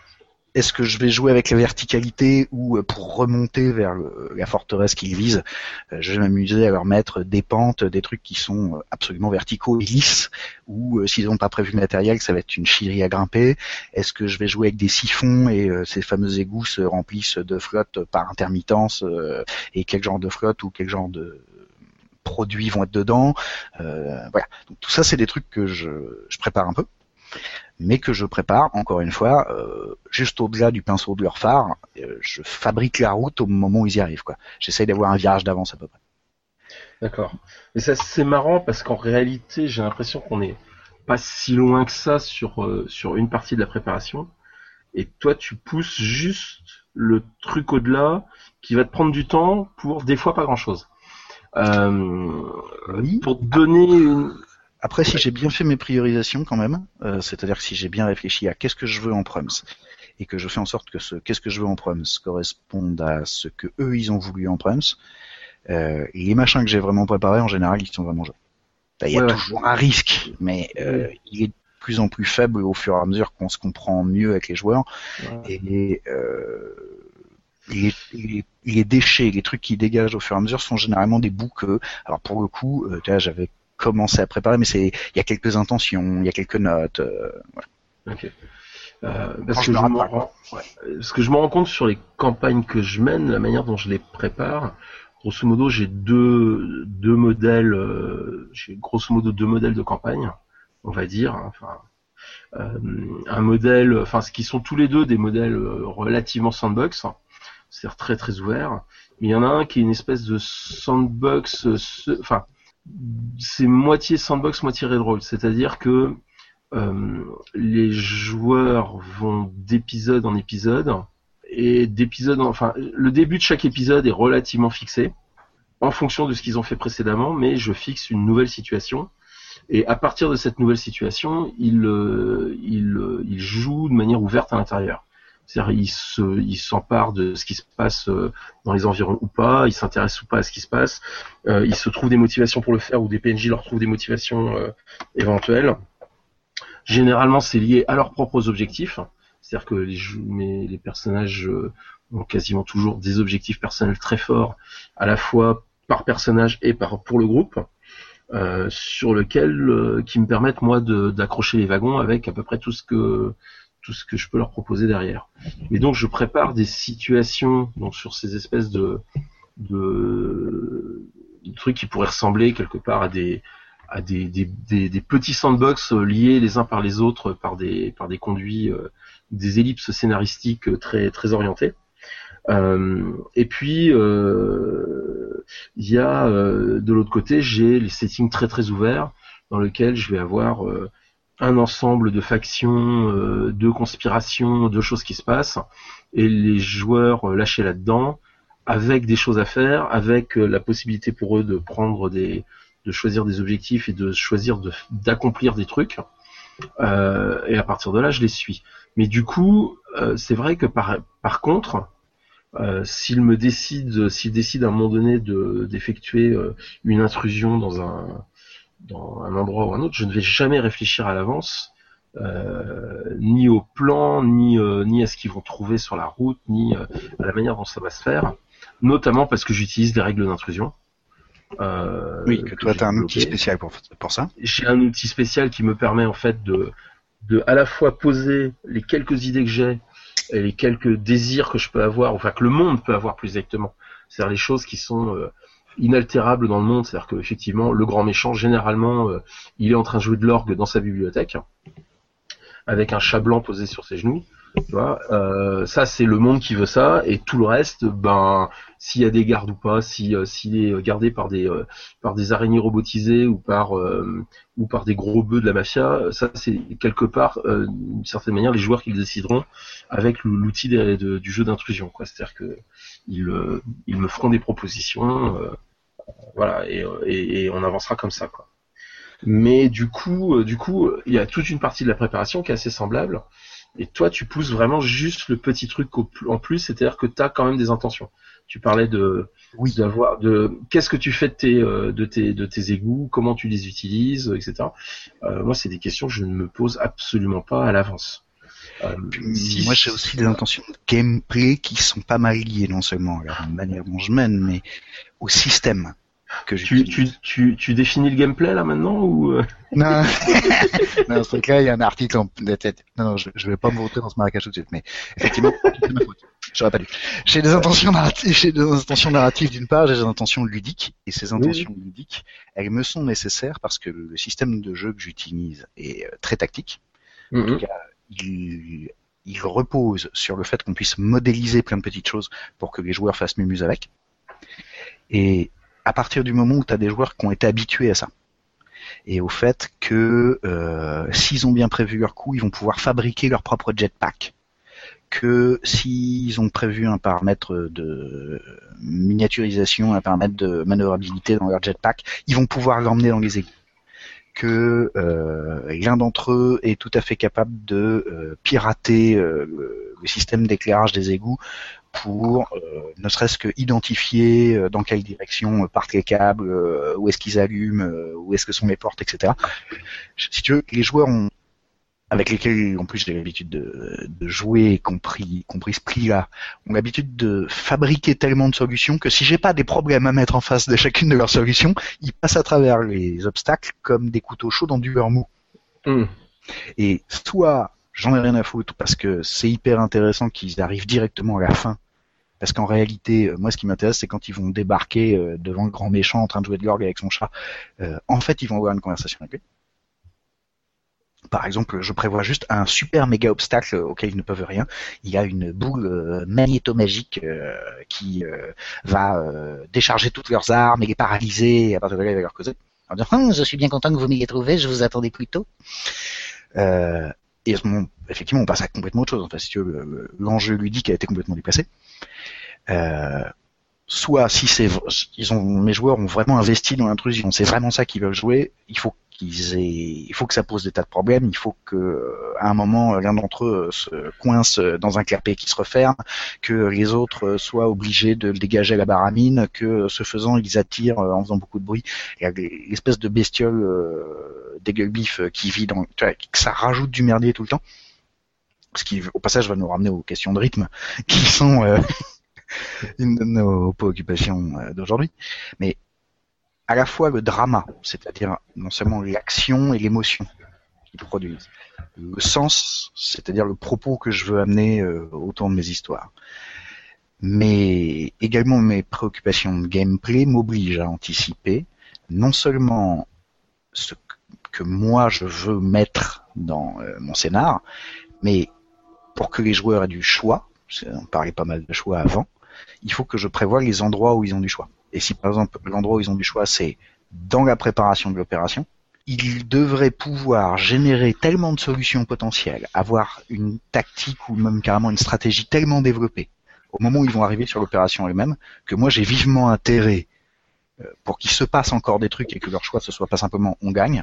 [SPEAKER 1] est-ce que je vais jouer avec la verticalité ou euh, pour remonter vers le, la forteresse qu'ils visent, euh, je vais m'amuser à leur mettre des pentes, des trucs qui sont euh, absolument verticaux et lisses, ou euh, s'ils n'ont pas prévu le matériel, ça va être une chierie à grimper. Est-ce que je vais jouer avec des siphons et euh, ces fameux égouts se remplissent de flotte par intermittence euh, et quel genre de flotte ou quel genre de produits vont être dedans. Euh, voilà. Donc tout ça, c'est des trucs que je, je prépare un peu, mais que je prépare, encore une fois, euh, juste au-delà du pinceau de leur phare. Euh, je fabrique la route au moment où ils y arrivent, quoi. J'essaye d'avoir un virage d'avance à peu près.
[SPEAKER 2] D'accord. Mais ça, c'est marrant parce qu'en réalité, j'ai l'impression qu'on n'est pas si loin que ça sur, euh, sur une partie de la préparation. Et toi, tu pousses juste le truc au-delà qui va te prendre du temps pour des fois pas grand-chose. Euh,
[SPEAKER 1] Oui.
[SPEAKER 2] Pour te donner une...
[SPEAKER 1] Après, si j'ai bien fait mes priorisations quand même, euh, c'est-à-dire que si j'ai bien réfléchi à qu'est-ce que je veux en proms et que je fais en sorte que ce qu'est-ce que je veux en proms corresponde à ce que eux ils ont voulu en proms, euh, les machins que j'ai vraiment préparés en général ils sont vraiment joués. Il y a
[SPEAKER 2] Ouais, ouais.
[SPEAKER 1] toujours un risque, mais euh, il est de plus en plus faible au fur et à mesure qu'on se comprend mieux avec les joueurs.
[SPEAKER 2] Ouais.
[SPEAKER 1] Et euh, les, les, les déchets, les trucs qui dégagent au fur et à mesure sont généralement des bouts que, alors pour le coup, euh, tu vois, j'avais commencé à préparer, mais c'est, il y a quelques intentions, il y a quelques notes. Euh, voilà.
[SPEAKER 2] Ok. Euh, parce
[SPEAKER 1] Quand
[SPEAKER 2] que
[SPEAKER 1] je me
[SPEAKER 2] je
[SPEAKER 1] rate
[SPEAKER 2] m'en
[SPEAKER 1] pas.
[SPEAKER 2] rends, ouais. Parce que je me rends compte sur les campagnes que je mène, la manière dont je les prépare. Grosso modo, j'ai deux deux modèles, euh, j'ai grosso modo deux modèles de campagne, on va dire. Enfin, euh, un modèle, enfin, ce qui sont tous les deux des modèles euh, relativement sandbox, c'est-à-dire très très ouverts. Mais il y en a un qui est une espèce de sandbox, euh, ce- enfin, c'est moitié sandbox, moitié reroll, c'est-à-dire que euh, les joueurs vont d'épisode en épisode et d'épisode en... enfin le début de chaque épisode est relativement fixé en fonction de ce qu'ils ont fait précédemment, mais je fixe une nouvelle situation et à partir de cette nouvelle situation ils euh, ils, euh, ils jouent de manière ouverte à l'intérieur. C'est-à-dire ils se ils s'emparent de ce qui se passe euh, dans les environs ou pas, ils s'intéressent ou pas à ce qui se passe, euh, ils se trouvent des motivations pour le faire ou des P N J leur trouvent des motivations euh, éventuelles. Généralement, c'est lié à leurs propres objectifs. C'est-à-dire que les, mais les personnages euh, ont quasiment toujours des objectifs personnels très forts, à la fois par personnage et par pour le groupe, euh, sur lequel euh, qui me permettent moi de, d'accrocher les wagons avec à peu près tout ce que tout ce que je peux leur proposer derrière. Et donc, je prépare des situations donc sur ces espèces de de, de trucs qui pourraient ressembler quelque part à des à des, des, des, des petits sandbox liés les uns par les autres par des, par des conduits, euh, des ellipses scénaristiques très, très orientées. Euh, et puis, il euh, y a euh, de l'autre côté, j'ai les settings très très ouverts dans lesquels je vais avoir euh, un ensemble de factions, euh, de conspirations, de choses qui se passent, et les joueurs euh, lâchés là-dedans, avec des choses à faire, avec euh, la possibilité pour eux de prendre des de choisir des objectifs et de choisir de, d'accomplir des trucs. Euh, et à partir de là, je les suis. Mais du coup, euh, c'est vrai que par, par contre, euh, s'il me décide, s'il décide à un moment donné de, d'effectuer euh, une intrusion dans un, dans un endroit ou un autre, je ne vais jamais réfléchir à l'avance, euh, ni au plan, ni, euh, ni à ce qu'ils vont trouver sur la route, ni euh, à la manière dont ça va se faire, notamment parce que j'utilise des règles d'intrusion.
[SPEAKER 1] Euh, oui, que, que toi tu as un outil spécial pour, pour ça.
[SPEAKER 2] J'ai un outil spécial qui me permet en fait de, de à la fois poser les quelques idées que j'ai et les quelques désirs que je peux avoir, enfin que le monde peut avoir plus exactement. C'est-à-dire les choses qui sont euh, inaltérables dans le monde. C'est-à-dire que effectivement le grand méchant généralement euh, il est en train de jouer de l'orgue dans sa bibliothèque avec un chat blanc posé sur ses genoux. Tu vois, euh, ça c'est le monde qui veut ça, et tout le reste, ben s'il y a des gardes ou pas, si euh, s'il est gardé par des euh, par des araignées robotisées ou par euh, ou par des gros bœufs de la mafia, ça c'est quelque part euh, d'une certaine manière les joueurs qui le décideront avec l'outil de, de, du jeu d'intrusion, quoi. C'est-à-dire que ils euh, ils me feront des propositions, euh, voilà, et, et, et on avancera comme ça, quoi. Mais du coup, euh, du coup, il y a toute une partie de la préparation qui est assez semblable. Et toi, tu pousses vraiment juste le petit truc au, en plus, c'est-à-dire que tu as quand même des intentions. Tu parlais de, oui. d'avoir, de, qu'est-ce que tu fais de tes, de tes, de tes égouts, comment tu les utilises, et cetera. Euh, moi, c'est des questions que je ne me pose absolument pas à l'avance. Euh,
[SPEAKER 1] Puis,
[SPEAKER 2] si,
[SPEAKER 1] moi, j'ai aussi des intentions de gameplay qui sont pas mal liées, non seulement à la manière dont je mène, mais au système que
[SPEAKER 2] tu, tu,
[SPEAKER 1] j'utilise.
[SPEAKER 2] tu, tu définis le gameplay là maintenant ou euh
[SPEAKER 1] Non, non, c'est que là, il y a un article en tête. Non, non, je, je vais pas me voter dans ce marécage tout de suite, mais effectivement, c'est ma faute. J'aurais pas dû. J'ai des intentions narratives, j'ai des intentions narratives d'une part, j'ai des intentions ludiques, et ces
[SPEAKER 2] Oui, oui.
[SPEAKER 1] intentions ludiques, elles me sont nécessaires parce que le système de jeu que j'utilise est euh, très tactique. En tout
[SPEAKER 2] Mhm.
[SPEAKER 1] cas, il, il repose sur le fait qu'on puisse modéliser plein de petites choses pour que les joueurs fassent mumuse avec. Et à partir du moment où tu as des joueurs qui ont été habitués à ça, et au fait que euh, s'ils ont bien prévu leur coup, ils vont pouvoir fabriquer leur propre jetpack. Que s'ils ont prévu un paramètre de miniaturisation, un paramètre de manœuvrabilité dans leur jetpack, ils vont pouvoir l'emmener dans les égouts. Que euh, l'un d'entre eux est tout à fait capable de euh, pirater euh, le, le système d'éclairage des égouts pour euh, ne serait-ce que identifier euh, dans quelle direction euh, partent les câbles, euh, où est-ce qu'ils allument, euh, où est-ce que sont les portes, et cetera. Si tu veux, les joueurs ont, avec lesquels en plus j'ai l'habitude de, de jouer, compris, compris ce prix-là, ont l'habitude de fabriquer tellement de solutions que si j'ai pas des problèmes à mettre en face de chacune de leurs solutions, ils passent à travers les obstacles comme des couteaux chauds dans du beurre mou.
[SPEAKER 2] Mhm.
[SPEAKER 1] Et soit j'en ai rien à foutre parce que c'est hyper intéressant qu'ils arrivent directement à la fin. Parce qu'en réalité, moi, ce qui m'intéresse, c'est quand ils vont débarquer euh, devant le grand méchant en train de jouer de l'orgue avec son chat. Euh, en fait, ils vont avoir une conversation avec lui. Par exemple, je prévois juste un super méga obstacle auquel ils ne peuvent rien. Il y a une boule euh, magnéto-magique euh, qui euh, va euh, décharger toutes leurs armes et les paralyser, et à partir de là, il va leur causer. En disant, hum, je suis bien content que vous m'ayez trouvé, je vous attendais plus tôt. Euh, et à ce moment, effectivement, on passe à complètement autre chose. Enfin, si tu veux, l'enjeu ludique a été complètement déplacé. Euh, soit si c'est, ils ont, mes joueurs ont vraiment investi dans l'intrusion, c'est vraiment ça qu'ils veulent jouer, il faut qu'ils aient, il faut que ça pose des tas de problèmes, il faut que, à un moment, l'un d'entre eux se coince dans un clapet qui se referme, que les autres soient obligés de dégager la baramine, que ce faisant, ils attirent en faisant beaucoup de bruit. Il y a l'espèce de bestiole euh, dégueulebif qui vit dans, tu vois, que ça rajoute du merdier tout le temps. Ce qui, au passage, va nous ramener aux questions de rythme, qui sont euh, une de nos préoccupations d'aujourd'hui. Mais à la fois le drama, c'est-à-dire non seulement l'action et l'émotion qu'ils produisent, le sens, c'est-à-dire le propos que je veux amener euh, autour de mes histoires, mais également mes préoccupations de gameplay m'obligent à anticiper non seulement ce que moi je veux mettre dans euh, mon scénar, mais pour que les joueurs aient du choix, on parlait pas mal de choix avant, il faut que je prévoie les endroits où ils ont du choix. Et si par exemple l'endroit où ils ont du choix c'est dans la préparation de l'opération, ils devraient pouvoir générer tellement de solutions potentielles, avoir une tactique ou même carrément une stratégie tellement développée au moment où ils vont arriver sur l'opération elle-même, que moi j'ai vivement intérêt pour qu'il se passe encore des trucs et que leur choix ce soit pas simplement on gagne,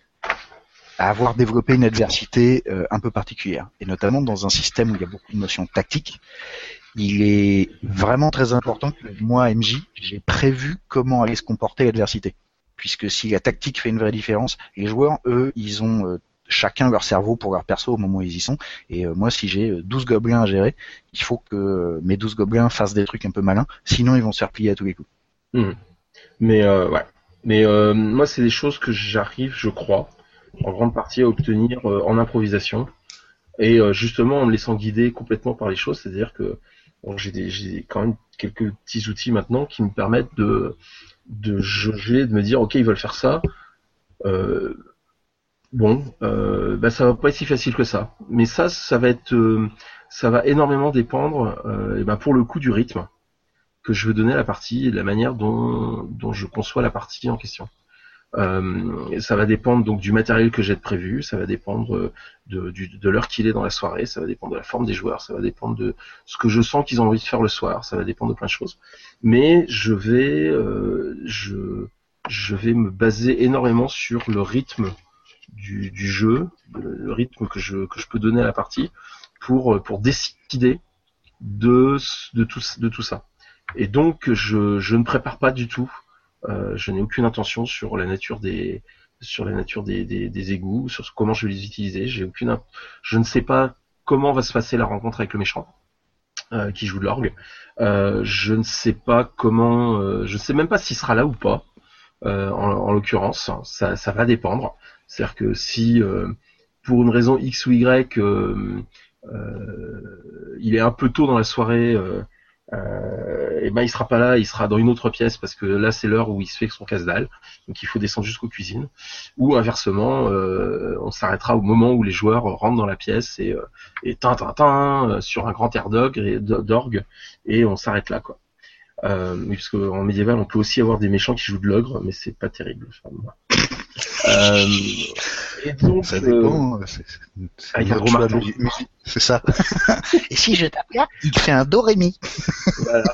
[SPEAKER 1] à avoir développé une adversité euh, un peu particulière. Et notamment dans un système où il y a beaucoup de notions tactiques, il est vraiment très important que moi, M J, j'ai prévu comment allait se comporter l'adversité. Puisque si la tactique fait une vraie différence, les joueurs, eux, ils ont euh, chacun leur cerveau pour leur perso au moment où ils y sont. Et euh, moi, si j'ai douze gobelins à gérer, il faut que mes douze gobelins fassent des trucs un peu malins, sinon ils vont se faire plier à tous les coups.
[SPEAKER 2] Mmh. Mais euh, ouais. Mais euh, moi, c'est des choses que j'arrive, je crois, en grande partie à obtenir euh, en improvisation et euh, justement en me laissant guider complètement par les choses. C'est-à-dire que bon, j'ai, des, j'ai quand même quelques petits outils maintenant qui me permettent de de jauger, de me dire ok, ils veulent faire ça. Euh, bon, euh, bah ça va pas être si facile que ça. Mais ça, ça va être, euh, ça va énormément dépendre, euh, et ben pour le coup du rythme que je veux donner à la partie et de la manière dont dont je conçois la partie en question. Euh, ça va dépendre donc du matériel que j'ai de prévu, ça va dépendre de, du, de l'heure qu'il est dans la soirée, ça va dépendre de la forme des joueurs, ça va dépendre de ce que je sens qu'ils ont envie de faire le soir, ça va dépendre de plein de choses. Mais je vais, euh, je, je vais me baser énormément sur le rythme du, du jeu, le rythme que je, que je peux donner à la partie pour, pour décider de, de, tout, de tout ça. Et donc je, je ne prépare pas du tout. Euh, je n'ai aucune intention sur la nature des sur la nature des, des, des égouts, sur comment je vais les utiliser. J'ai aucune, je ne sais pas comment va se passer la rencontre avec le méchant euh, qui joue de l'orgue. Euh, je ne sais pas comment, euh, je ne sais même pas s'il sera là ou pas. Euh, en, en l'occurrence, ça, ça va dépendre. C'est-à-dire que si euh, pour une raison X ou Y, euh, euh, il est un peu tôt dans la soirée, euh, euh, et ben il sera pas là, il sera dans une autre pièce parce que là c'est l'heure où il se fait son casse-dalle, donc il faut descendre jusqu'aux cuisines. Ou inversement, euh, on s'arrêtera au moment où les joueurs rentrent dans la pièce et, euh, et tin tin tin sur un grand air d'orgue et, d'orgue et on s'arrête là quoi. Euh, oui, parce qu'en médiéval on peut aussi avoir des méchants qui jouent de l'ogre, mais c'est pas terrible. Enfin, euh, et donc,
[SPEAKER 1] ça dépend. Euh, c'est, c'est,
[SPEAKER 2] ah, il y a gros marteau.
[SPEAKER 1] C'est ça. Et si je tape là, il fait un do ré mi.
[SPEAKER 2] Voilà.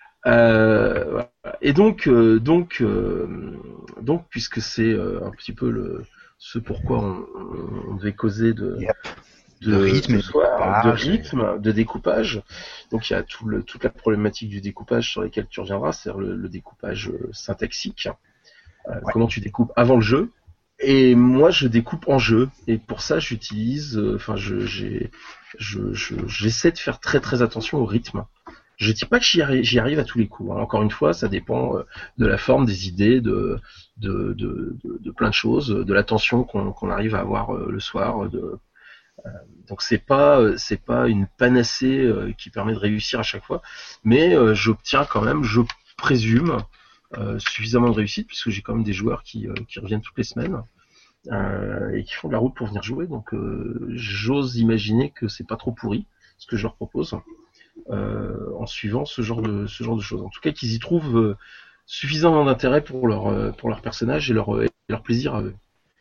[SPEAKER 2] Euh, voilà. Et donc, euh, donc, euh, donc, puisque c'est euh, un petit peu le, ce pourquoi on, on devait causer de,
[SPEAKER 1] yep.
[SPEAKER 2] de,
[SPEAKER 1] de rythme,
[SPEAKER 2] de, soir, de rythme,
[SPEAKER 1] et...
[SPEAKER 2] de découpage. Donc, il y a tout le, toute la problématique du découpage sur laquelle tu reviendras, c'est-à-dire le, le découpage syntaxique. Euh, ouais. Comment tu découpes avant le jeu. Et moi, je découpe en jeu, et pour ça, j'utilise, enfin, euh, je, j'ai, je, je, j'essaie de faire très très attention au rythme. Je dis pas que j'y arrive, j'y arrive à tous les coups. Hein. Encore une fois, ça dépend euh, de la forme, des idées, de, de, de, de, de plein de choses, de l'attention qu'on, qu'on arrive à avoir euh, le soir. De, euh, donc c'est pas, c'est pas une panacée euh, qui permet de réussir à chaque fois, mais euh, j'obtiens quand même, je présume. Euh, suffisamment de réussite puisque j'ai quand même des joueurs qui, euh, qui reviennent toutes les semaines euh, et qui font de la route pour venir jouer, donc euh, j'ose imaginer que c'est pas trop pourri ce que je leur propose euh, en suivant ce genre de ce genre de choses. En tout cas, qu'ils y trouvent euh, suffisamment d'intérêt pour leur euh, pour leur personnage et leur et leur plaisir à eux.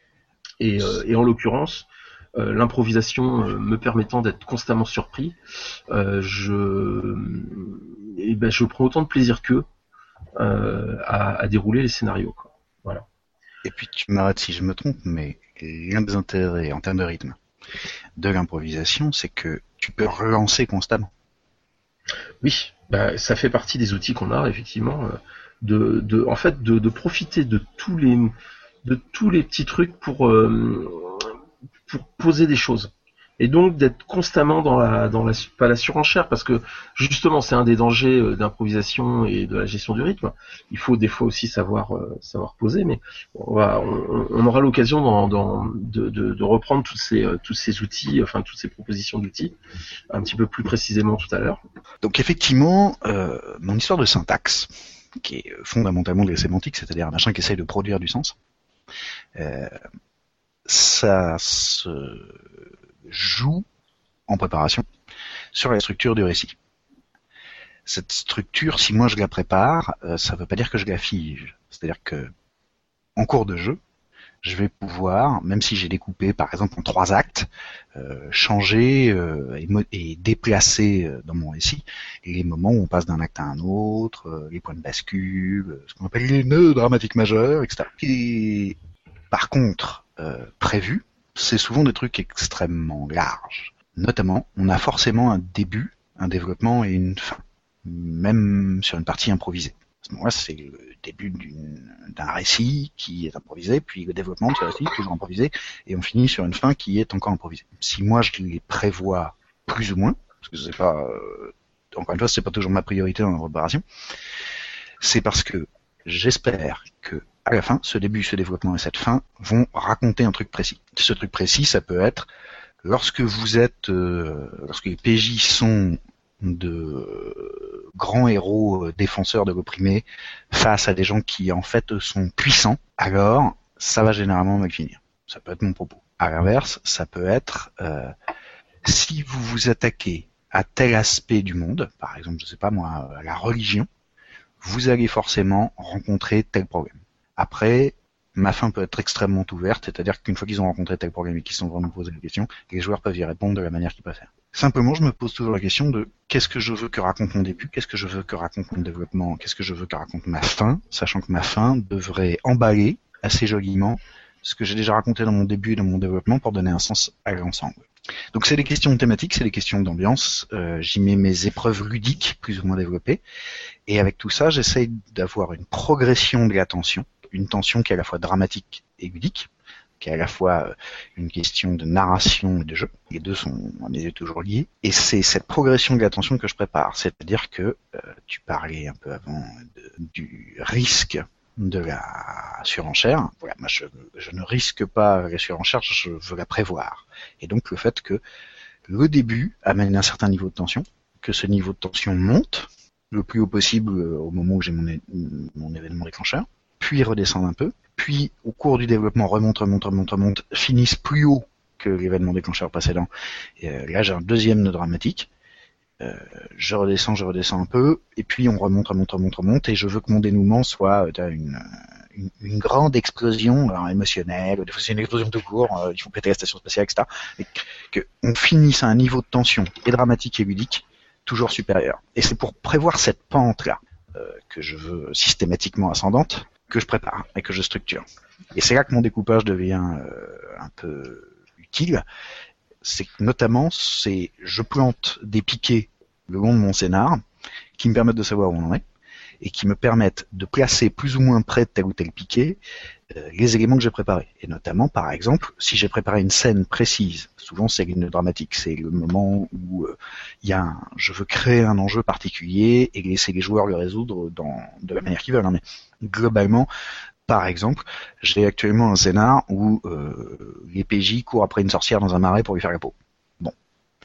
[SPEAKER 2] Et, euh, et en l'occurrence, euh, l'improvisation euh, me permettant d'être constamment surpris, euh, je et ben je prends autant de plaisir qu'eux. Euh, à, à dérouler les scénarios, quoi. Voilà.
[SPEAKER 1] Et puis tu m'arrêtes si je me trompe, mais l'un des intérêts en termes de rythme de l'improvisation, c'est que tu peux relancer constamment.
[SPEAKER 2] Oui, bah, ça fait partie des outils qu'on a effectivement, euh, de, de, en fait, de, de profiter de tous les, de tous les petits trucs pour, euh, pour poser des choses. Et donc d'être constamment dans la, dans la, pas la surenchère, parce que justement c'est un des dangers d'improvisation et de la gestion du rythme. Il faut des fois aussi savoir, euh, savoir poser, mais on, va, on, on aura l'occasion dans, dans, de, de, de reprendre tous ces, euh, tous ces outils, enfin toutes ces propositions d'outils, un petit peu plus précisément tout à l'heure.
[SPEAKER 1] Donc effectivement, euh, mon histoire de syntaxe, qui est fondamentalement de la sémantique, c'est-à-dire un machin qui essaye de produire du sens, euh, ça se joue en préparation sur la structure du récit. Cette structure, si moi je la prépare, euh, ça ne veut pas dire que je la fige. C'est-à-dire que en cours de jeu, je vais pouvoir, même si j'ai découpé par exemple en trois actes, euh, changer euh, et, mo- et déplacer euh, dans mon récit les moments où on passe d'un acte à un autre, euh, les points de bascule, euh, ce qu'on appelle les nœuds dramatiques majeurs, et cetera. Et par contre, euh, prévu, c'est souvent des trucs extrêmement larges. Notamment, on a forcément un début, un développement et une fin, même sur une partie improvisée. À ce moment-là, c'est le début d'une, d'un récit qui est improvisé, puis le développement de ce récit, toujours improvisé, et on finit sur une fin qui est encore improvisée. Si moi je les prévois plus ou moins, parce que c'est pas, euh, encore une fois, c'est pas toujours ma priorité dans la préparation, c'est parce que j'espère que à la fin, ce début, ce développement et cette fin vont raconter un truc précis. Ce truc précis, ça peut être lorsque vous êtes, euh, lorsque les P J sont de euh, grands héros euh, défenseurs de l'opprimé face à des gens qui en fait sont puissants, alors ça va généralement mal finir. Ça peut être mon propos. À l'inverse, ça peut être euh, si vous vous attaquez à tel aspect du monde, par exemple, je sais pas moi, la religion, vous allez forcément rencontrer tel problème. Après, ma fin peut être extrêmement ouverte, c'est-à-dire qu'une fois qu'ils ont rencontré tel problème et qu'ils se sont vraiment posé la question, les joueurs peuvent y répondre de la manière qu'ils préfèrent. Simplement, je me pose toujours la question de qu'est-ce que je veux que raconte mon début, qu'est-ce que je veux que raconte mon développement, qu'est-ce que je veux que raconte ma fin, sachant que ma fin devrait emballer assez joliment ce que j'ai déjà raconté dans mon début et dans mon développement pour donner un sens à l'ensemble. Donc c'est des questions thématiques, c'est des questions d'ambiance, euh, j'y mets mes épreuves ludiques plus ou moins développées, et avec tout ça, j'essaye d'avoir une progression de la tension, une tension qui est à la fois dramatique et ludique, qui est à la fois euh, une question de narration et de jeu. Les deux sont, à mes yeux, toujours liés. Et c'est cette progression de l'attention que je prépare. C'est-à-dire que euh, tu parlais un peu avant de, du risque de la surenchère. Voilà, moi je, je ne risque pas la surenchère, je veux la prévoir. Et donc le fait que le début amène un certain niveau de tension, que ce niveau de tension monte le plus haut possible au moment où j'ai mon, é- mon événement déclencheur, puis redescende un peu, puis au cours du développement remonte, remonte, remonte, remonte, finisse plus haut que l'événement déclencheur précédent. Et euh, là j'ai un deuxième nœud dramatique. Euh, je redescends, je redescends un peu, et puis on remonte, remonte, remonte, remonte, et je veux que mon dénouement soit euh, une, une, une grande explosion alors, émotionnelle, des fois c'est une explosion tout court, euh, il faut péter la station spatiale, et cetera. Et que on finisse à un niveau de tension et dramatique et ludique toujours supérieur. Et c'est pour prévoir cette pente-là euh, que je veux systématiquement ascendante, que je prépare et que je structure. Et c'est là que mon découpage devient euh, un peu utile. C'est que notamment, c'est je plante des piquets le long de mon scénar qui me permettent de savoir où on en est et qui me permettent de placer plus ou moins près de tel ou tel piquet euh, les éléments que j'ai préparés. Et notamment, par exemple, si j'ai préparé une scène précise, souvent c'est une dramatique, c'est le moment où euh, y a un, je veux créer un enjeu particulier et laisser les joueurs le résoudre dans, de la manière qu'ils veulent. Hein, mais globalement, par exemple, j'ai actuellement un scénar où euh, les P J courent après une sorcière dans un marais pour lui faire la peau. Bon.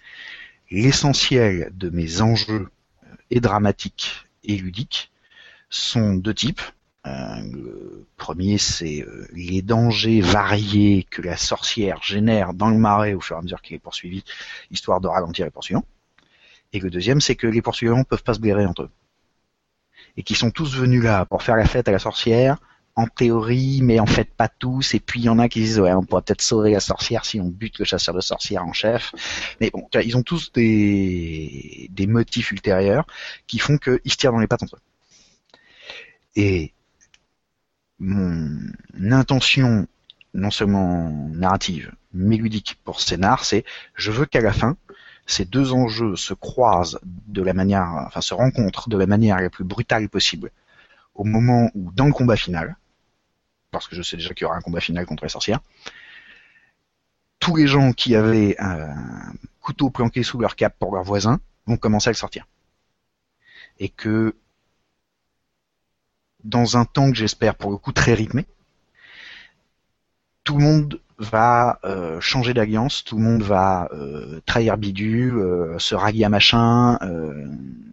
[SPEAKER 1] L'essentiel de mes enjeux euh, et dramatiques et ludiques sont deux types. Euh, le premier, c'est euh, les dangers variés que la sorcière génère dans le marais au fur et à mesure qu'il est poursuivi, histoire de ralentir les poursuivants. Et le deuxième, c'est que les poursuivants peuvent pas se blairer entre eux. Et qu'ils sont tous venus là pour faire la fête à la sorcière, en théorie, mais en fait pas tous. Et puis il y en a qui disent ouais, on pourrait peut-être sauver la sorcière si on bute le chasseur de sorcières en chef. Mais bon, ils ont tous des, des motifs ultérieurs qui font qu'ils se tirent dans les pattes entre eux. Et mon intention, non seulement narrative, mais ludique pour ce scénar, c'est je veux qu'à la fin, ces deux enjeux se croisent de la manière, enfin se rencontrent de la manière la plus brutale possible au moment où, dans le combat final, parce que je sais déjà qu'il y aura un combat final contre les sorcières, tous les gens qui avaient un couteau planqué sous leur cape pour leurs voisins vont commencer à le sortir. Et que dans un temps que j'espère pour le coup très rythmé, tout le monde va euh, changer d'alliance, tout le monde va euh, trahir Bidu, euh, se rallier à machin, euh,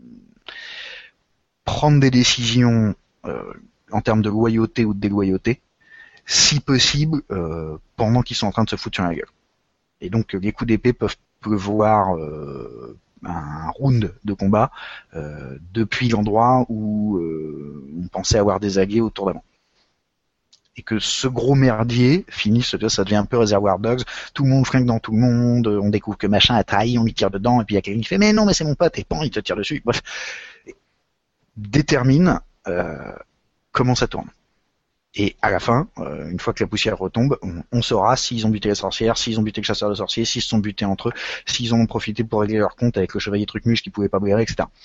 [SPEAKER 1] prendre des décisions euh, en termes de loyauté ou de déloyauté, si possible, euh, pendant qu'ils sont en train de se foutre sur la gueule. Et donc les coups d'épée peuvent pleuvoir euh, un round de combat euh, depuis l'endroit où euh, on pensait avoir des alliés autour d'avant. Et que ce gros merdier finisse, ça devient un peu Reservoir Dogs, tout le monde flingue dans tout le monde, on découvre que machin a trahi, on lui tire dedans, et puis il y a quelqu'un qui fait mais non mais c'est mon pote, et pan, il te tire dessus. Bref, détermine euh, comment ça tourne. Et à la fin, euh, une fois que la poussière retombe, on, on saura s'ils ont buté les sorcières, s'ils ont buté le chasseur de sorciers, s'ils se sont butés entre eux, s'ils en ont profité pour régler leur compte avec le chevalier Trucmuche qui pouvait pas blairer, et cetera.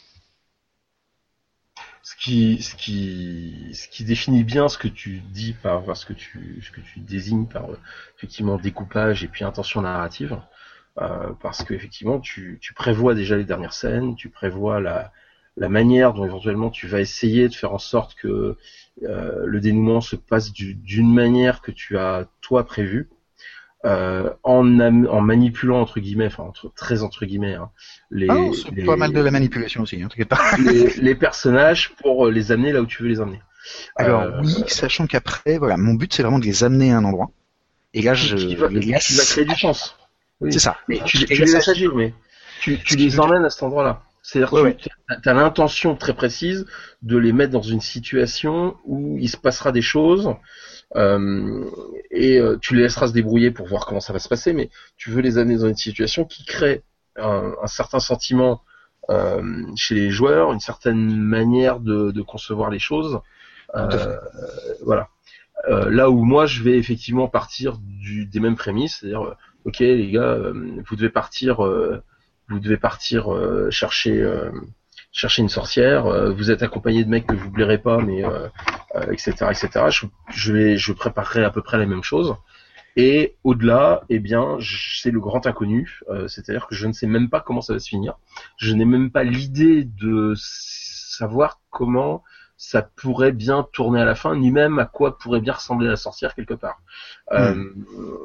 [SPEAKER 2] Ce qui, ce qui, ce qui définit bien ce que tu dis par, par ce que tu, ce que tu désignes par effectivement découpage et puis intention narrative, euh, parce que effectivement tu, tu prévois déjà les dernières scènes, tu prévois la, la manière dont éventuellement tu vas essayer de faire en sorte que euh, le dénouement se passe du, d'une manière que tu as toi prévu. Euh, en, am- en manipulant entre guillemets, enfin entre, très entre guillemets, hein, les,
[SPEAKER 1] ah non, c'est
[SPEAKER 2] les,
[SPEAKER 1] pas mal de la manipulation aussi, hein, t'inquiète pas.
[SPEAKER 2] les, les personnages pour les amener là où tu veux les amener.
[SPEAKER 1] Alors
[SPEAKER 2] euh,
[SPEAKER 1] oui, sachant qu'après, voilà, mon but c'est vraiment de les amener à un endroit. Et là, je
[SPEAKER 2] qui va,
[SPEAKER 1] les laisse.
[SPEAKER 2] qui va créer du sens. Oui.
[SPEAKER 1] C'est ça.
[SPEAKER 2] Mais tu,
[SPEAKER 1] Je
[SPEAKER 2] tu
[SPEAKER 1] les
[SPEAKER 2] les
[SPEAKER 1] laisse
[SPEAKER 2] laisses
[SPEAKER 1] agir.
[SPEAKER 2] agir, mais tu, tu les emmènes à cet endroit-là. C'est-à-dire
[SPEAKER 1] Ouais,
[SPEAKER 2] que tu as l'intention très précise de les mettre dans une situation où il se passera des choses. Euh, et euh, tu les laisseras se débrouiller pour voir comment ça va se passer, mais tu veux les amener dans une situation qui crée un, un certain sentiment euh, chez les joueurs, une certaine manière de, de concevoir les choses. Euh, voilà. Euh, là où moi je vais effectivement partir du, des mêmes prémices, c'est-à-dire, euh, ok les gars, euh, vous devez partir, euh, vous devez partir euh, chercher. Euh, chercher une sorcière, euh, vous êtes accompagné de mecs que vous blairez pas, mais euh, euh, et cetera, et cetera. Je, je vais, je préparerai à peu près la même chose. Et au-delà, eh bien, c'est le grand inconnu. Euh, c'est-à-dire que je ne sais même pas comment ça va se finir. Je n'ai même pas l'idée de savoir comment ça pourrait bien tourner à la fin, ni même à quoi pourrait bien ressembler la sorcière quelque part. Mm. Euh,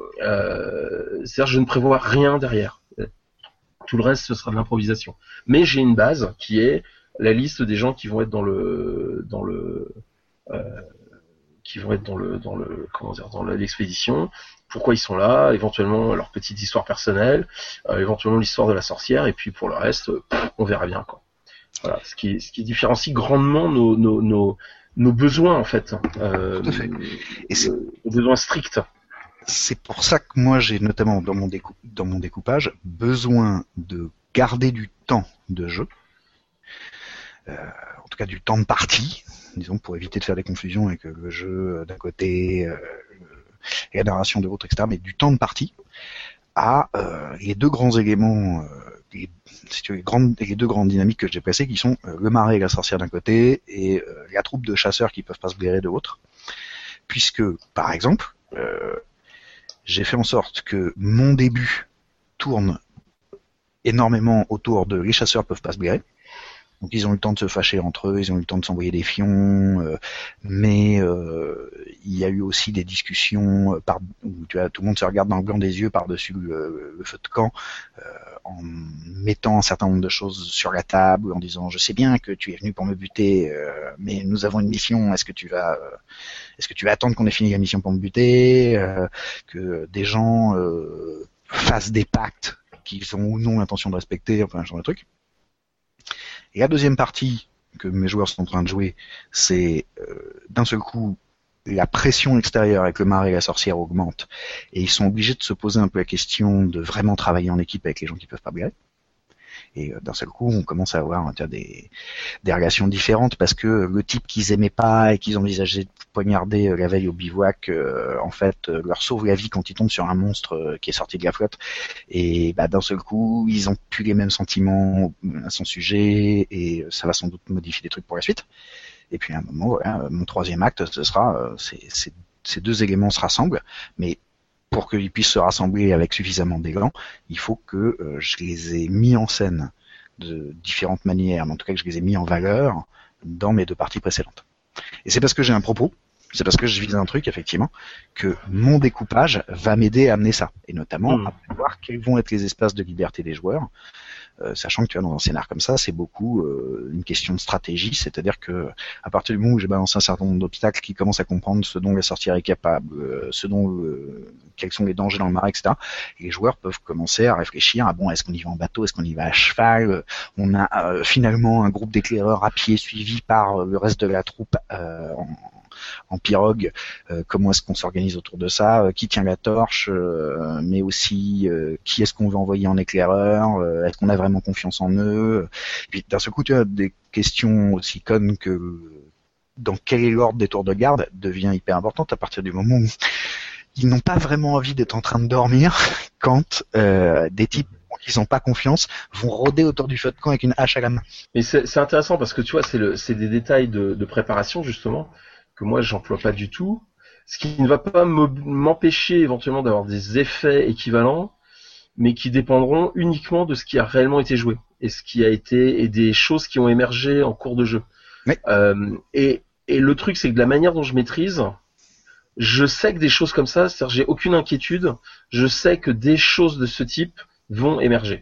[SPEAKER 2] euh, c'est-à-dire que je ne prévois rien derrière. Tout le reste, ce sera de l'improvisation. Mais j'ai une base qui est la liste des gens qui vont être dans le, dans le, euh, qui vont être dans le, dans le, comment dire, dans l'expédition. Pourquoi ils sont là, éventuellement leur petite histoire personnelle, euh, éventuellement l'histoire de la sorcière, et puis pour le reste, pff, on verra bien quoi. Voilà, ce qui, ce qui différencie grandement nos, nos, nos, nos besoins en fait, euh,
[SPEAKER 1] Tout à fait. Et c'est...
[SPEAKER 2] nos besoins stricts.
[SPEAKER 1] C'est pour ça que moi j'ai notamment dans mon, décou... dans mon découpage besoin de garder du temps de jeu, euh, en tout cas du temps de partie, disons pour éviter de faire des confusions avec le jeu d'un côté, euh, et la narration de l'autre, et cetera. Mais du temps de partie à euh, les deux grands éléments. Euh, Les, si tu veux, les, grandes, les deux grandes dynamiques que j'ai placées qui sont euh, le marais et la sorcière d'un côté et euh, la troupe de chasseurs qui peuvent pas se blairer de l'autre, puisque par exemple euh, j'ai fait en sorte que mon début tourne énormément autour de les chasseurs peuvent pas se blairer. Donc ils ont eu le temps de se fâcher entre eux, ils ont eu le temps de s'envoyer des fions, euh, mais euh, il y a eu aussi des discussions euh, par, où tu vois, tout le monde se regarde dans le blanc des yeux par-dessus le, le feu de camp, euh, en mettant un certain nombre de choses sur la table, en disant je sais bien que tu es venu pour me buter, euh, mais nous avons une mission, est-ce que tu vas euh, est-ce que tu vas attendre qu'on ait fini la mission pour me buter, euh, que des gens euh, fassent des pactes qu'ils ont ou non l'intention de respecter, enfin un genre de truc. Et la deuxième partie que mes joueurs sont en train de jouer, c'est euh, d'un seul coup la pression extérieure avec le marais et la sorcière augmente et ils sont obligés de se poser un peu la question de vraiment travailler en équipe avec les gens qui peuvent pas blairer. Et euh, d'un seul coup, on commence à avoir des, des relations différentes parce que le type qu'ils aimaient pas et qu'ils envisageaient de poignarder euh, la veille au bivouac, euh, en fait, euh, leur sauve la vie quand ils tombent sur un monstre euh, qui est sorti de la flotte. Et bah, d'un seul coup, ils ont plus les mêmes sentiments à son sujet et ça va sans doute modifier des trucs pour la suite. Et puis à un moment, voilà, mon troisième acte, ce sera euh, c'est, c'est, ces deux éléments se rassemblent, mais pour qu'ils puissent se rassembler avec suffisamment d'élan, il faut que euh, je les ai mis en scène de différentes manières, mais en tout cas que je les ai mis en valeur dans mes deux parties précédentes. Et c'est parce que j'ai un propos, c'est parce que je vise un truc, effectivement, que mon découpage va m'aider à amener ça, et notamment mmh. à prévoir quels vont être les espaces de liberté des joueurs, euh, sachant que tu vois, dans un scénar comme ça, c'est beaucoup euh, une question de stratégie, c'est-à-dire que à partir du moment où j'ai balancé un certain nombre d'obstacles qui commencent à comprendre ce dont la sorcière est capable, euh, ce dont euh, quels sont les dangers dans le marais, et cetera, les joueurs peuvent commencer à réfléchir à bon, est-ce qu'on y va en bateau, est-ce qu'on y va à cheval, on a euh, finalement un groupe d'éclaireurs à pied suivi par euh, le reste de la troupe euh, en en pirogue, euh, comment est-ce qu'on s'organise autour de ça, euh, qui tient la torche, euh, mais aussi euh, qui est-ce qu'on veut envoyer en éclaireur, euh, est-ce qu'on a vraiment confiance en eux. Et puis d'un seul coup, tu as des questions aussi connes que dans quel est l'ordre des tours de garde devient hyper importante à partir du moment où ils n'ont pas vraiment envie d'être en train de dormir quand euh, des types qui n'ont pas confiance vont rôder autour du feu de camp avec une hache à la main.
[SPEAKER 2] Mais c'est, c'est intéressant parce que tu vois, c'est, le, c'est des détails de, de préparation justement que moi j'emploie pas du tout, ce qui ne va pas m'empêcher éventuellement d'avoir des effets équivalents, mais qui dépendront uniquement de ce qui a réellement été joué et ce qui a été et des choses qui ont émergé en cours de jeu. Oui. Euh, et, et le truc, c'est que de la manière dont je maîtrise, je sais que des choses comme ça, c'est-à-dire j'ai aucune inquiétude, je sais que des choses de ce type vont émerger.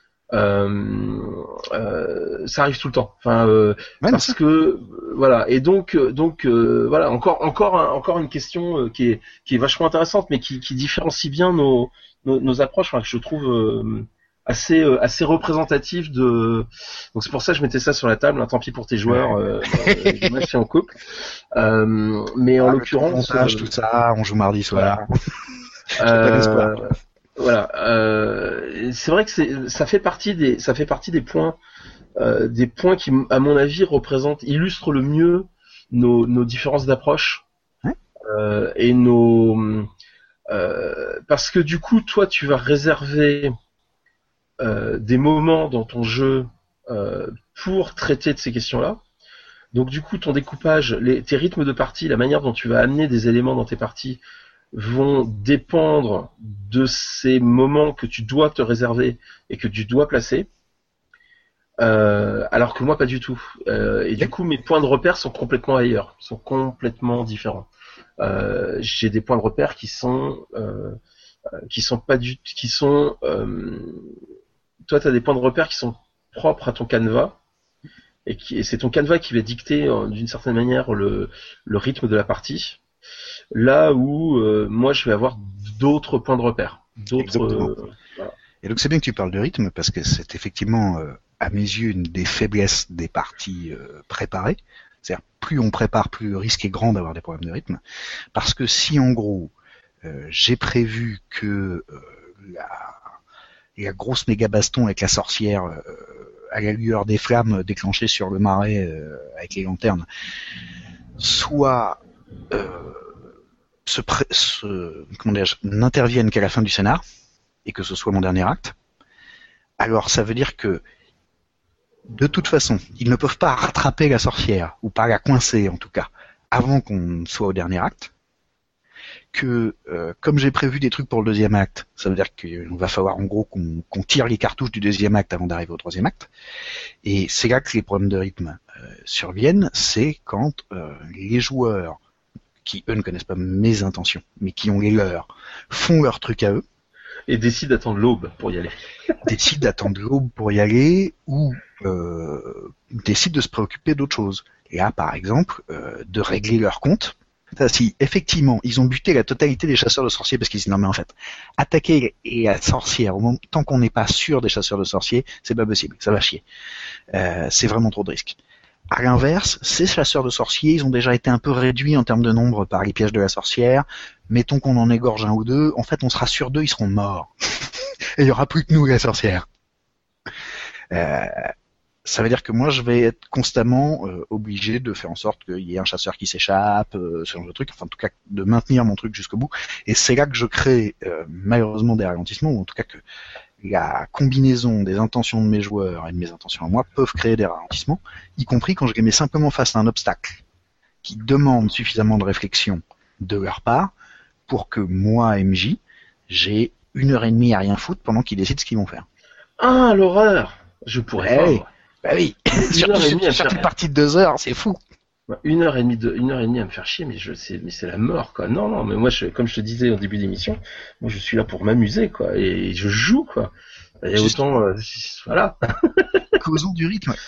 [SPEAKER 2] Euh, euh, ça arrive tout le temps. Enfin, euh, ouais, parce que euh, voilà. Et donc, donc euh, voilà. Encore, encore, un, encore une question euh, qui est qui est vachement intéressante, mais qui, qui différencie bien nos nos, nos approches. Enfin, que je trouve euh, assez euh, assez représentative de. Donc c'est pour ça que je mettais ça sur la table. Hein, tant pis pour tes joueurs. Euh, euh, moi, je suis en couple. Euh, mais en ah, l'occurrence,
[SPEAKER 1] montage, euh, tout ça, on joue mardi soir.
[SPEAKER 2] Voilà. Euh, Voilà, euh, c'est vrai que c'est, ça fait partie des, ça fait partie des points, euh, des points qui, à mon avis, représentent, illustrent le mieux nos, nos différences d'approche ouais. euh, et nos, euh, parce que du coup, toi, tu vas réserver euh, des moments dans ton jeu euh, pour traiter de ces questions-là. Donc, du coup, ton découpage, les, tes rythmes de partie, la manière dont tu vas amener des éléments dans tes parties vont dépendre de ces moments que tu dois te réserver et que tu dois placer. Euh, alors que moi pas du tout. Euh, et du coup mes points de repère sont complètement ailleurs, sont complètement différents. Euh, j'ai des points de repère qui sont euh, qui sont pas du qui sont euh, toi tu as des points de repère qui sont propres à ton canevas et, qui, et c'est ton canevas qui va dicter euh, d'une certaine manière le, le rythme de la partie. Là où euh, moi je vais avoir d'autres points de repère, d'autres. Euh,
[SPEAKER 1] voilà. Et donc c'est bien que tu parles de rythme parce que c'est effectivement euh, à mes yeux une des faiblesses des parties euh, préparées. C'est-à-dire plus on prépare, plus le risque est grand d'avoir des problèmes de rythme. Parce que si en gros euh, j'ai prévu que euh, la, la grosse méga baston avec la sorcière euh, à la lueur des flammes déclenchées sur le marais euh, avec les lanternes soit euh, se, pré- se comment dire, n'intervienne qu'à la fin du scénar et que ce soit mon dernier acte, alors ça veut dire que de toute façon, ils ne peuvent pas rattraper la sorcière, ou pas la coincer en tout cas, avant qu'on soit au dernier acte, que euh, comme j'ai prévu des trucs pour le deuxième acte, ça veut dire qu'il va falloir en gros qu'on, qu'on tire les cartouches du deuxième acte avant d'arriver au troisième acte, et c'est là que les problèmes de rythme euh, surviennent, c'est quand euh, les joueurs, qui eux ne connaissent pas mes intentions, mais qui ont les leurs, font leur truc à eux,
[SPEAKER 2] et décident d'attendre l'aube pour y aller.
[SPEAKER 1] décident d'attendre l'aube pour y aller, ou euh, décident de se préoccuper d'autre chose. Et là, par exemple, euh, de régler leur compte. Ça, si effectivement ils ont buté la totalité des chasseurs de sorciers parce qu'ils se disent non mais en fait attaquer la sorcière au moment, tant qu'on n'est pas sûr des chasseurs de sorciers, c'est pas possible, ça va chier. Euh, c'est vraiment trop de risques. À l'inverse, ces chasseurs de sorciers, ils ont déjà été un peu réduits en termes de nombre par les pièges de la sorcière. Mettons qu'on en égorge un ou deux, en fait on sera sûr d'eux, ils seront morts. Et il y aura plus que nous, la sorcière. Euh, ça veut dire que moi je vais être constamment euh, obligé de faire en sorte qu'il y ait un chasseur qui s'échappe, euh, ce genre de truc, enfin en tout cas de maintenir mon truc jusqu'au bout. Et c'est là que je crée euh, malheureusement des ralentissements, ou en tout cas que la combinaison des intentions de mes joueurs et de mes intentions à moi peuvent créer des ralentissements, y compris quand je les mets simplement face à un obstacle qui demande suffisamment de réflexion de leur part pour que moi, M J, j'ai une heure et demie à rien foutre pendant qu'ils décident ce qu'ils vont faire.
[SPEAKER 2] Ah, l'horreur! Je pourrais
[SPEAKER 1] bah
[SPEAKER 2] pas,
[SPEAKER 1] oui.
[SPEAKER 2] moi.
[SPEAKER 1] Bah oui, surtout sur, sur une partie de deux heures, c'est fou.
[SPEAKER 2] Une heure et demie, de, une heure et demie à me faire chier, mais je, c'est, mais c'est la mort, quoi. Non, non, mais moi, je, comme je te disais au début d'émission, moi, je suis là pour m'amuser, quoi, et je joue, quoi. Et autant, euh, voilà.
[SPEAKER 1] Causons du rythme.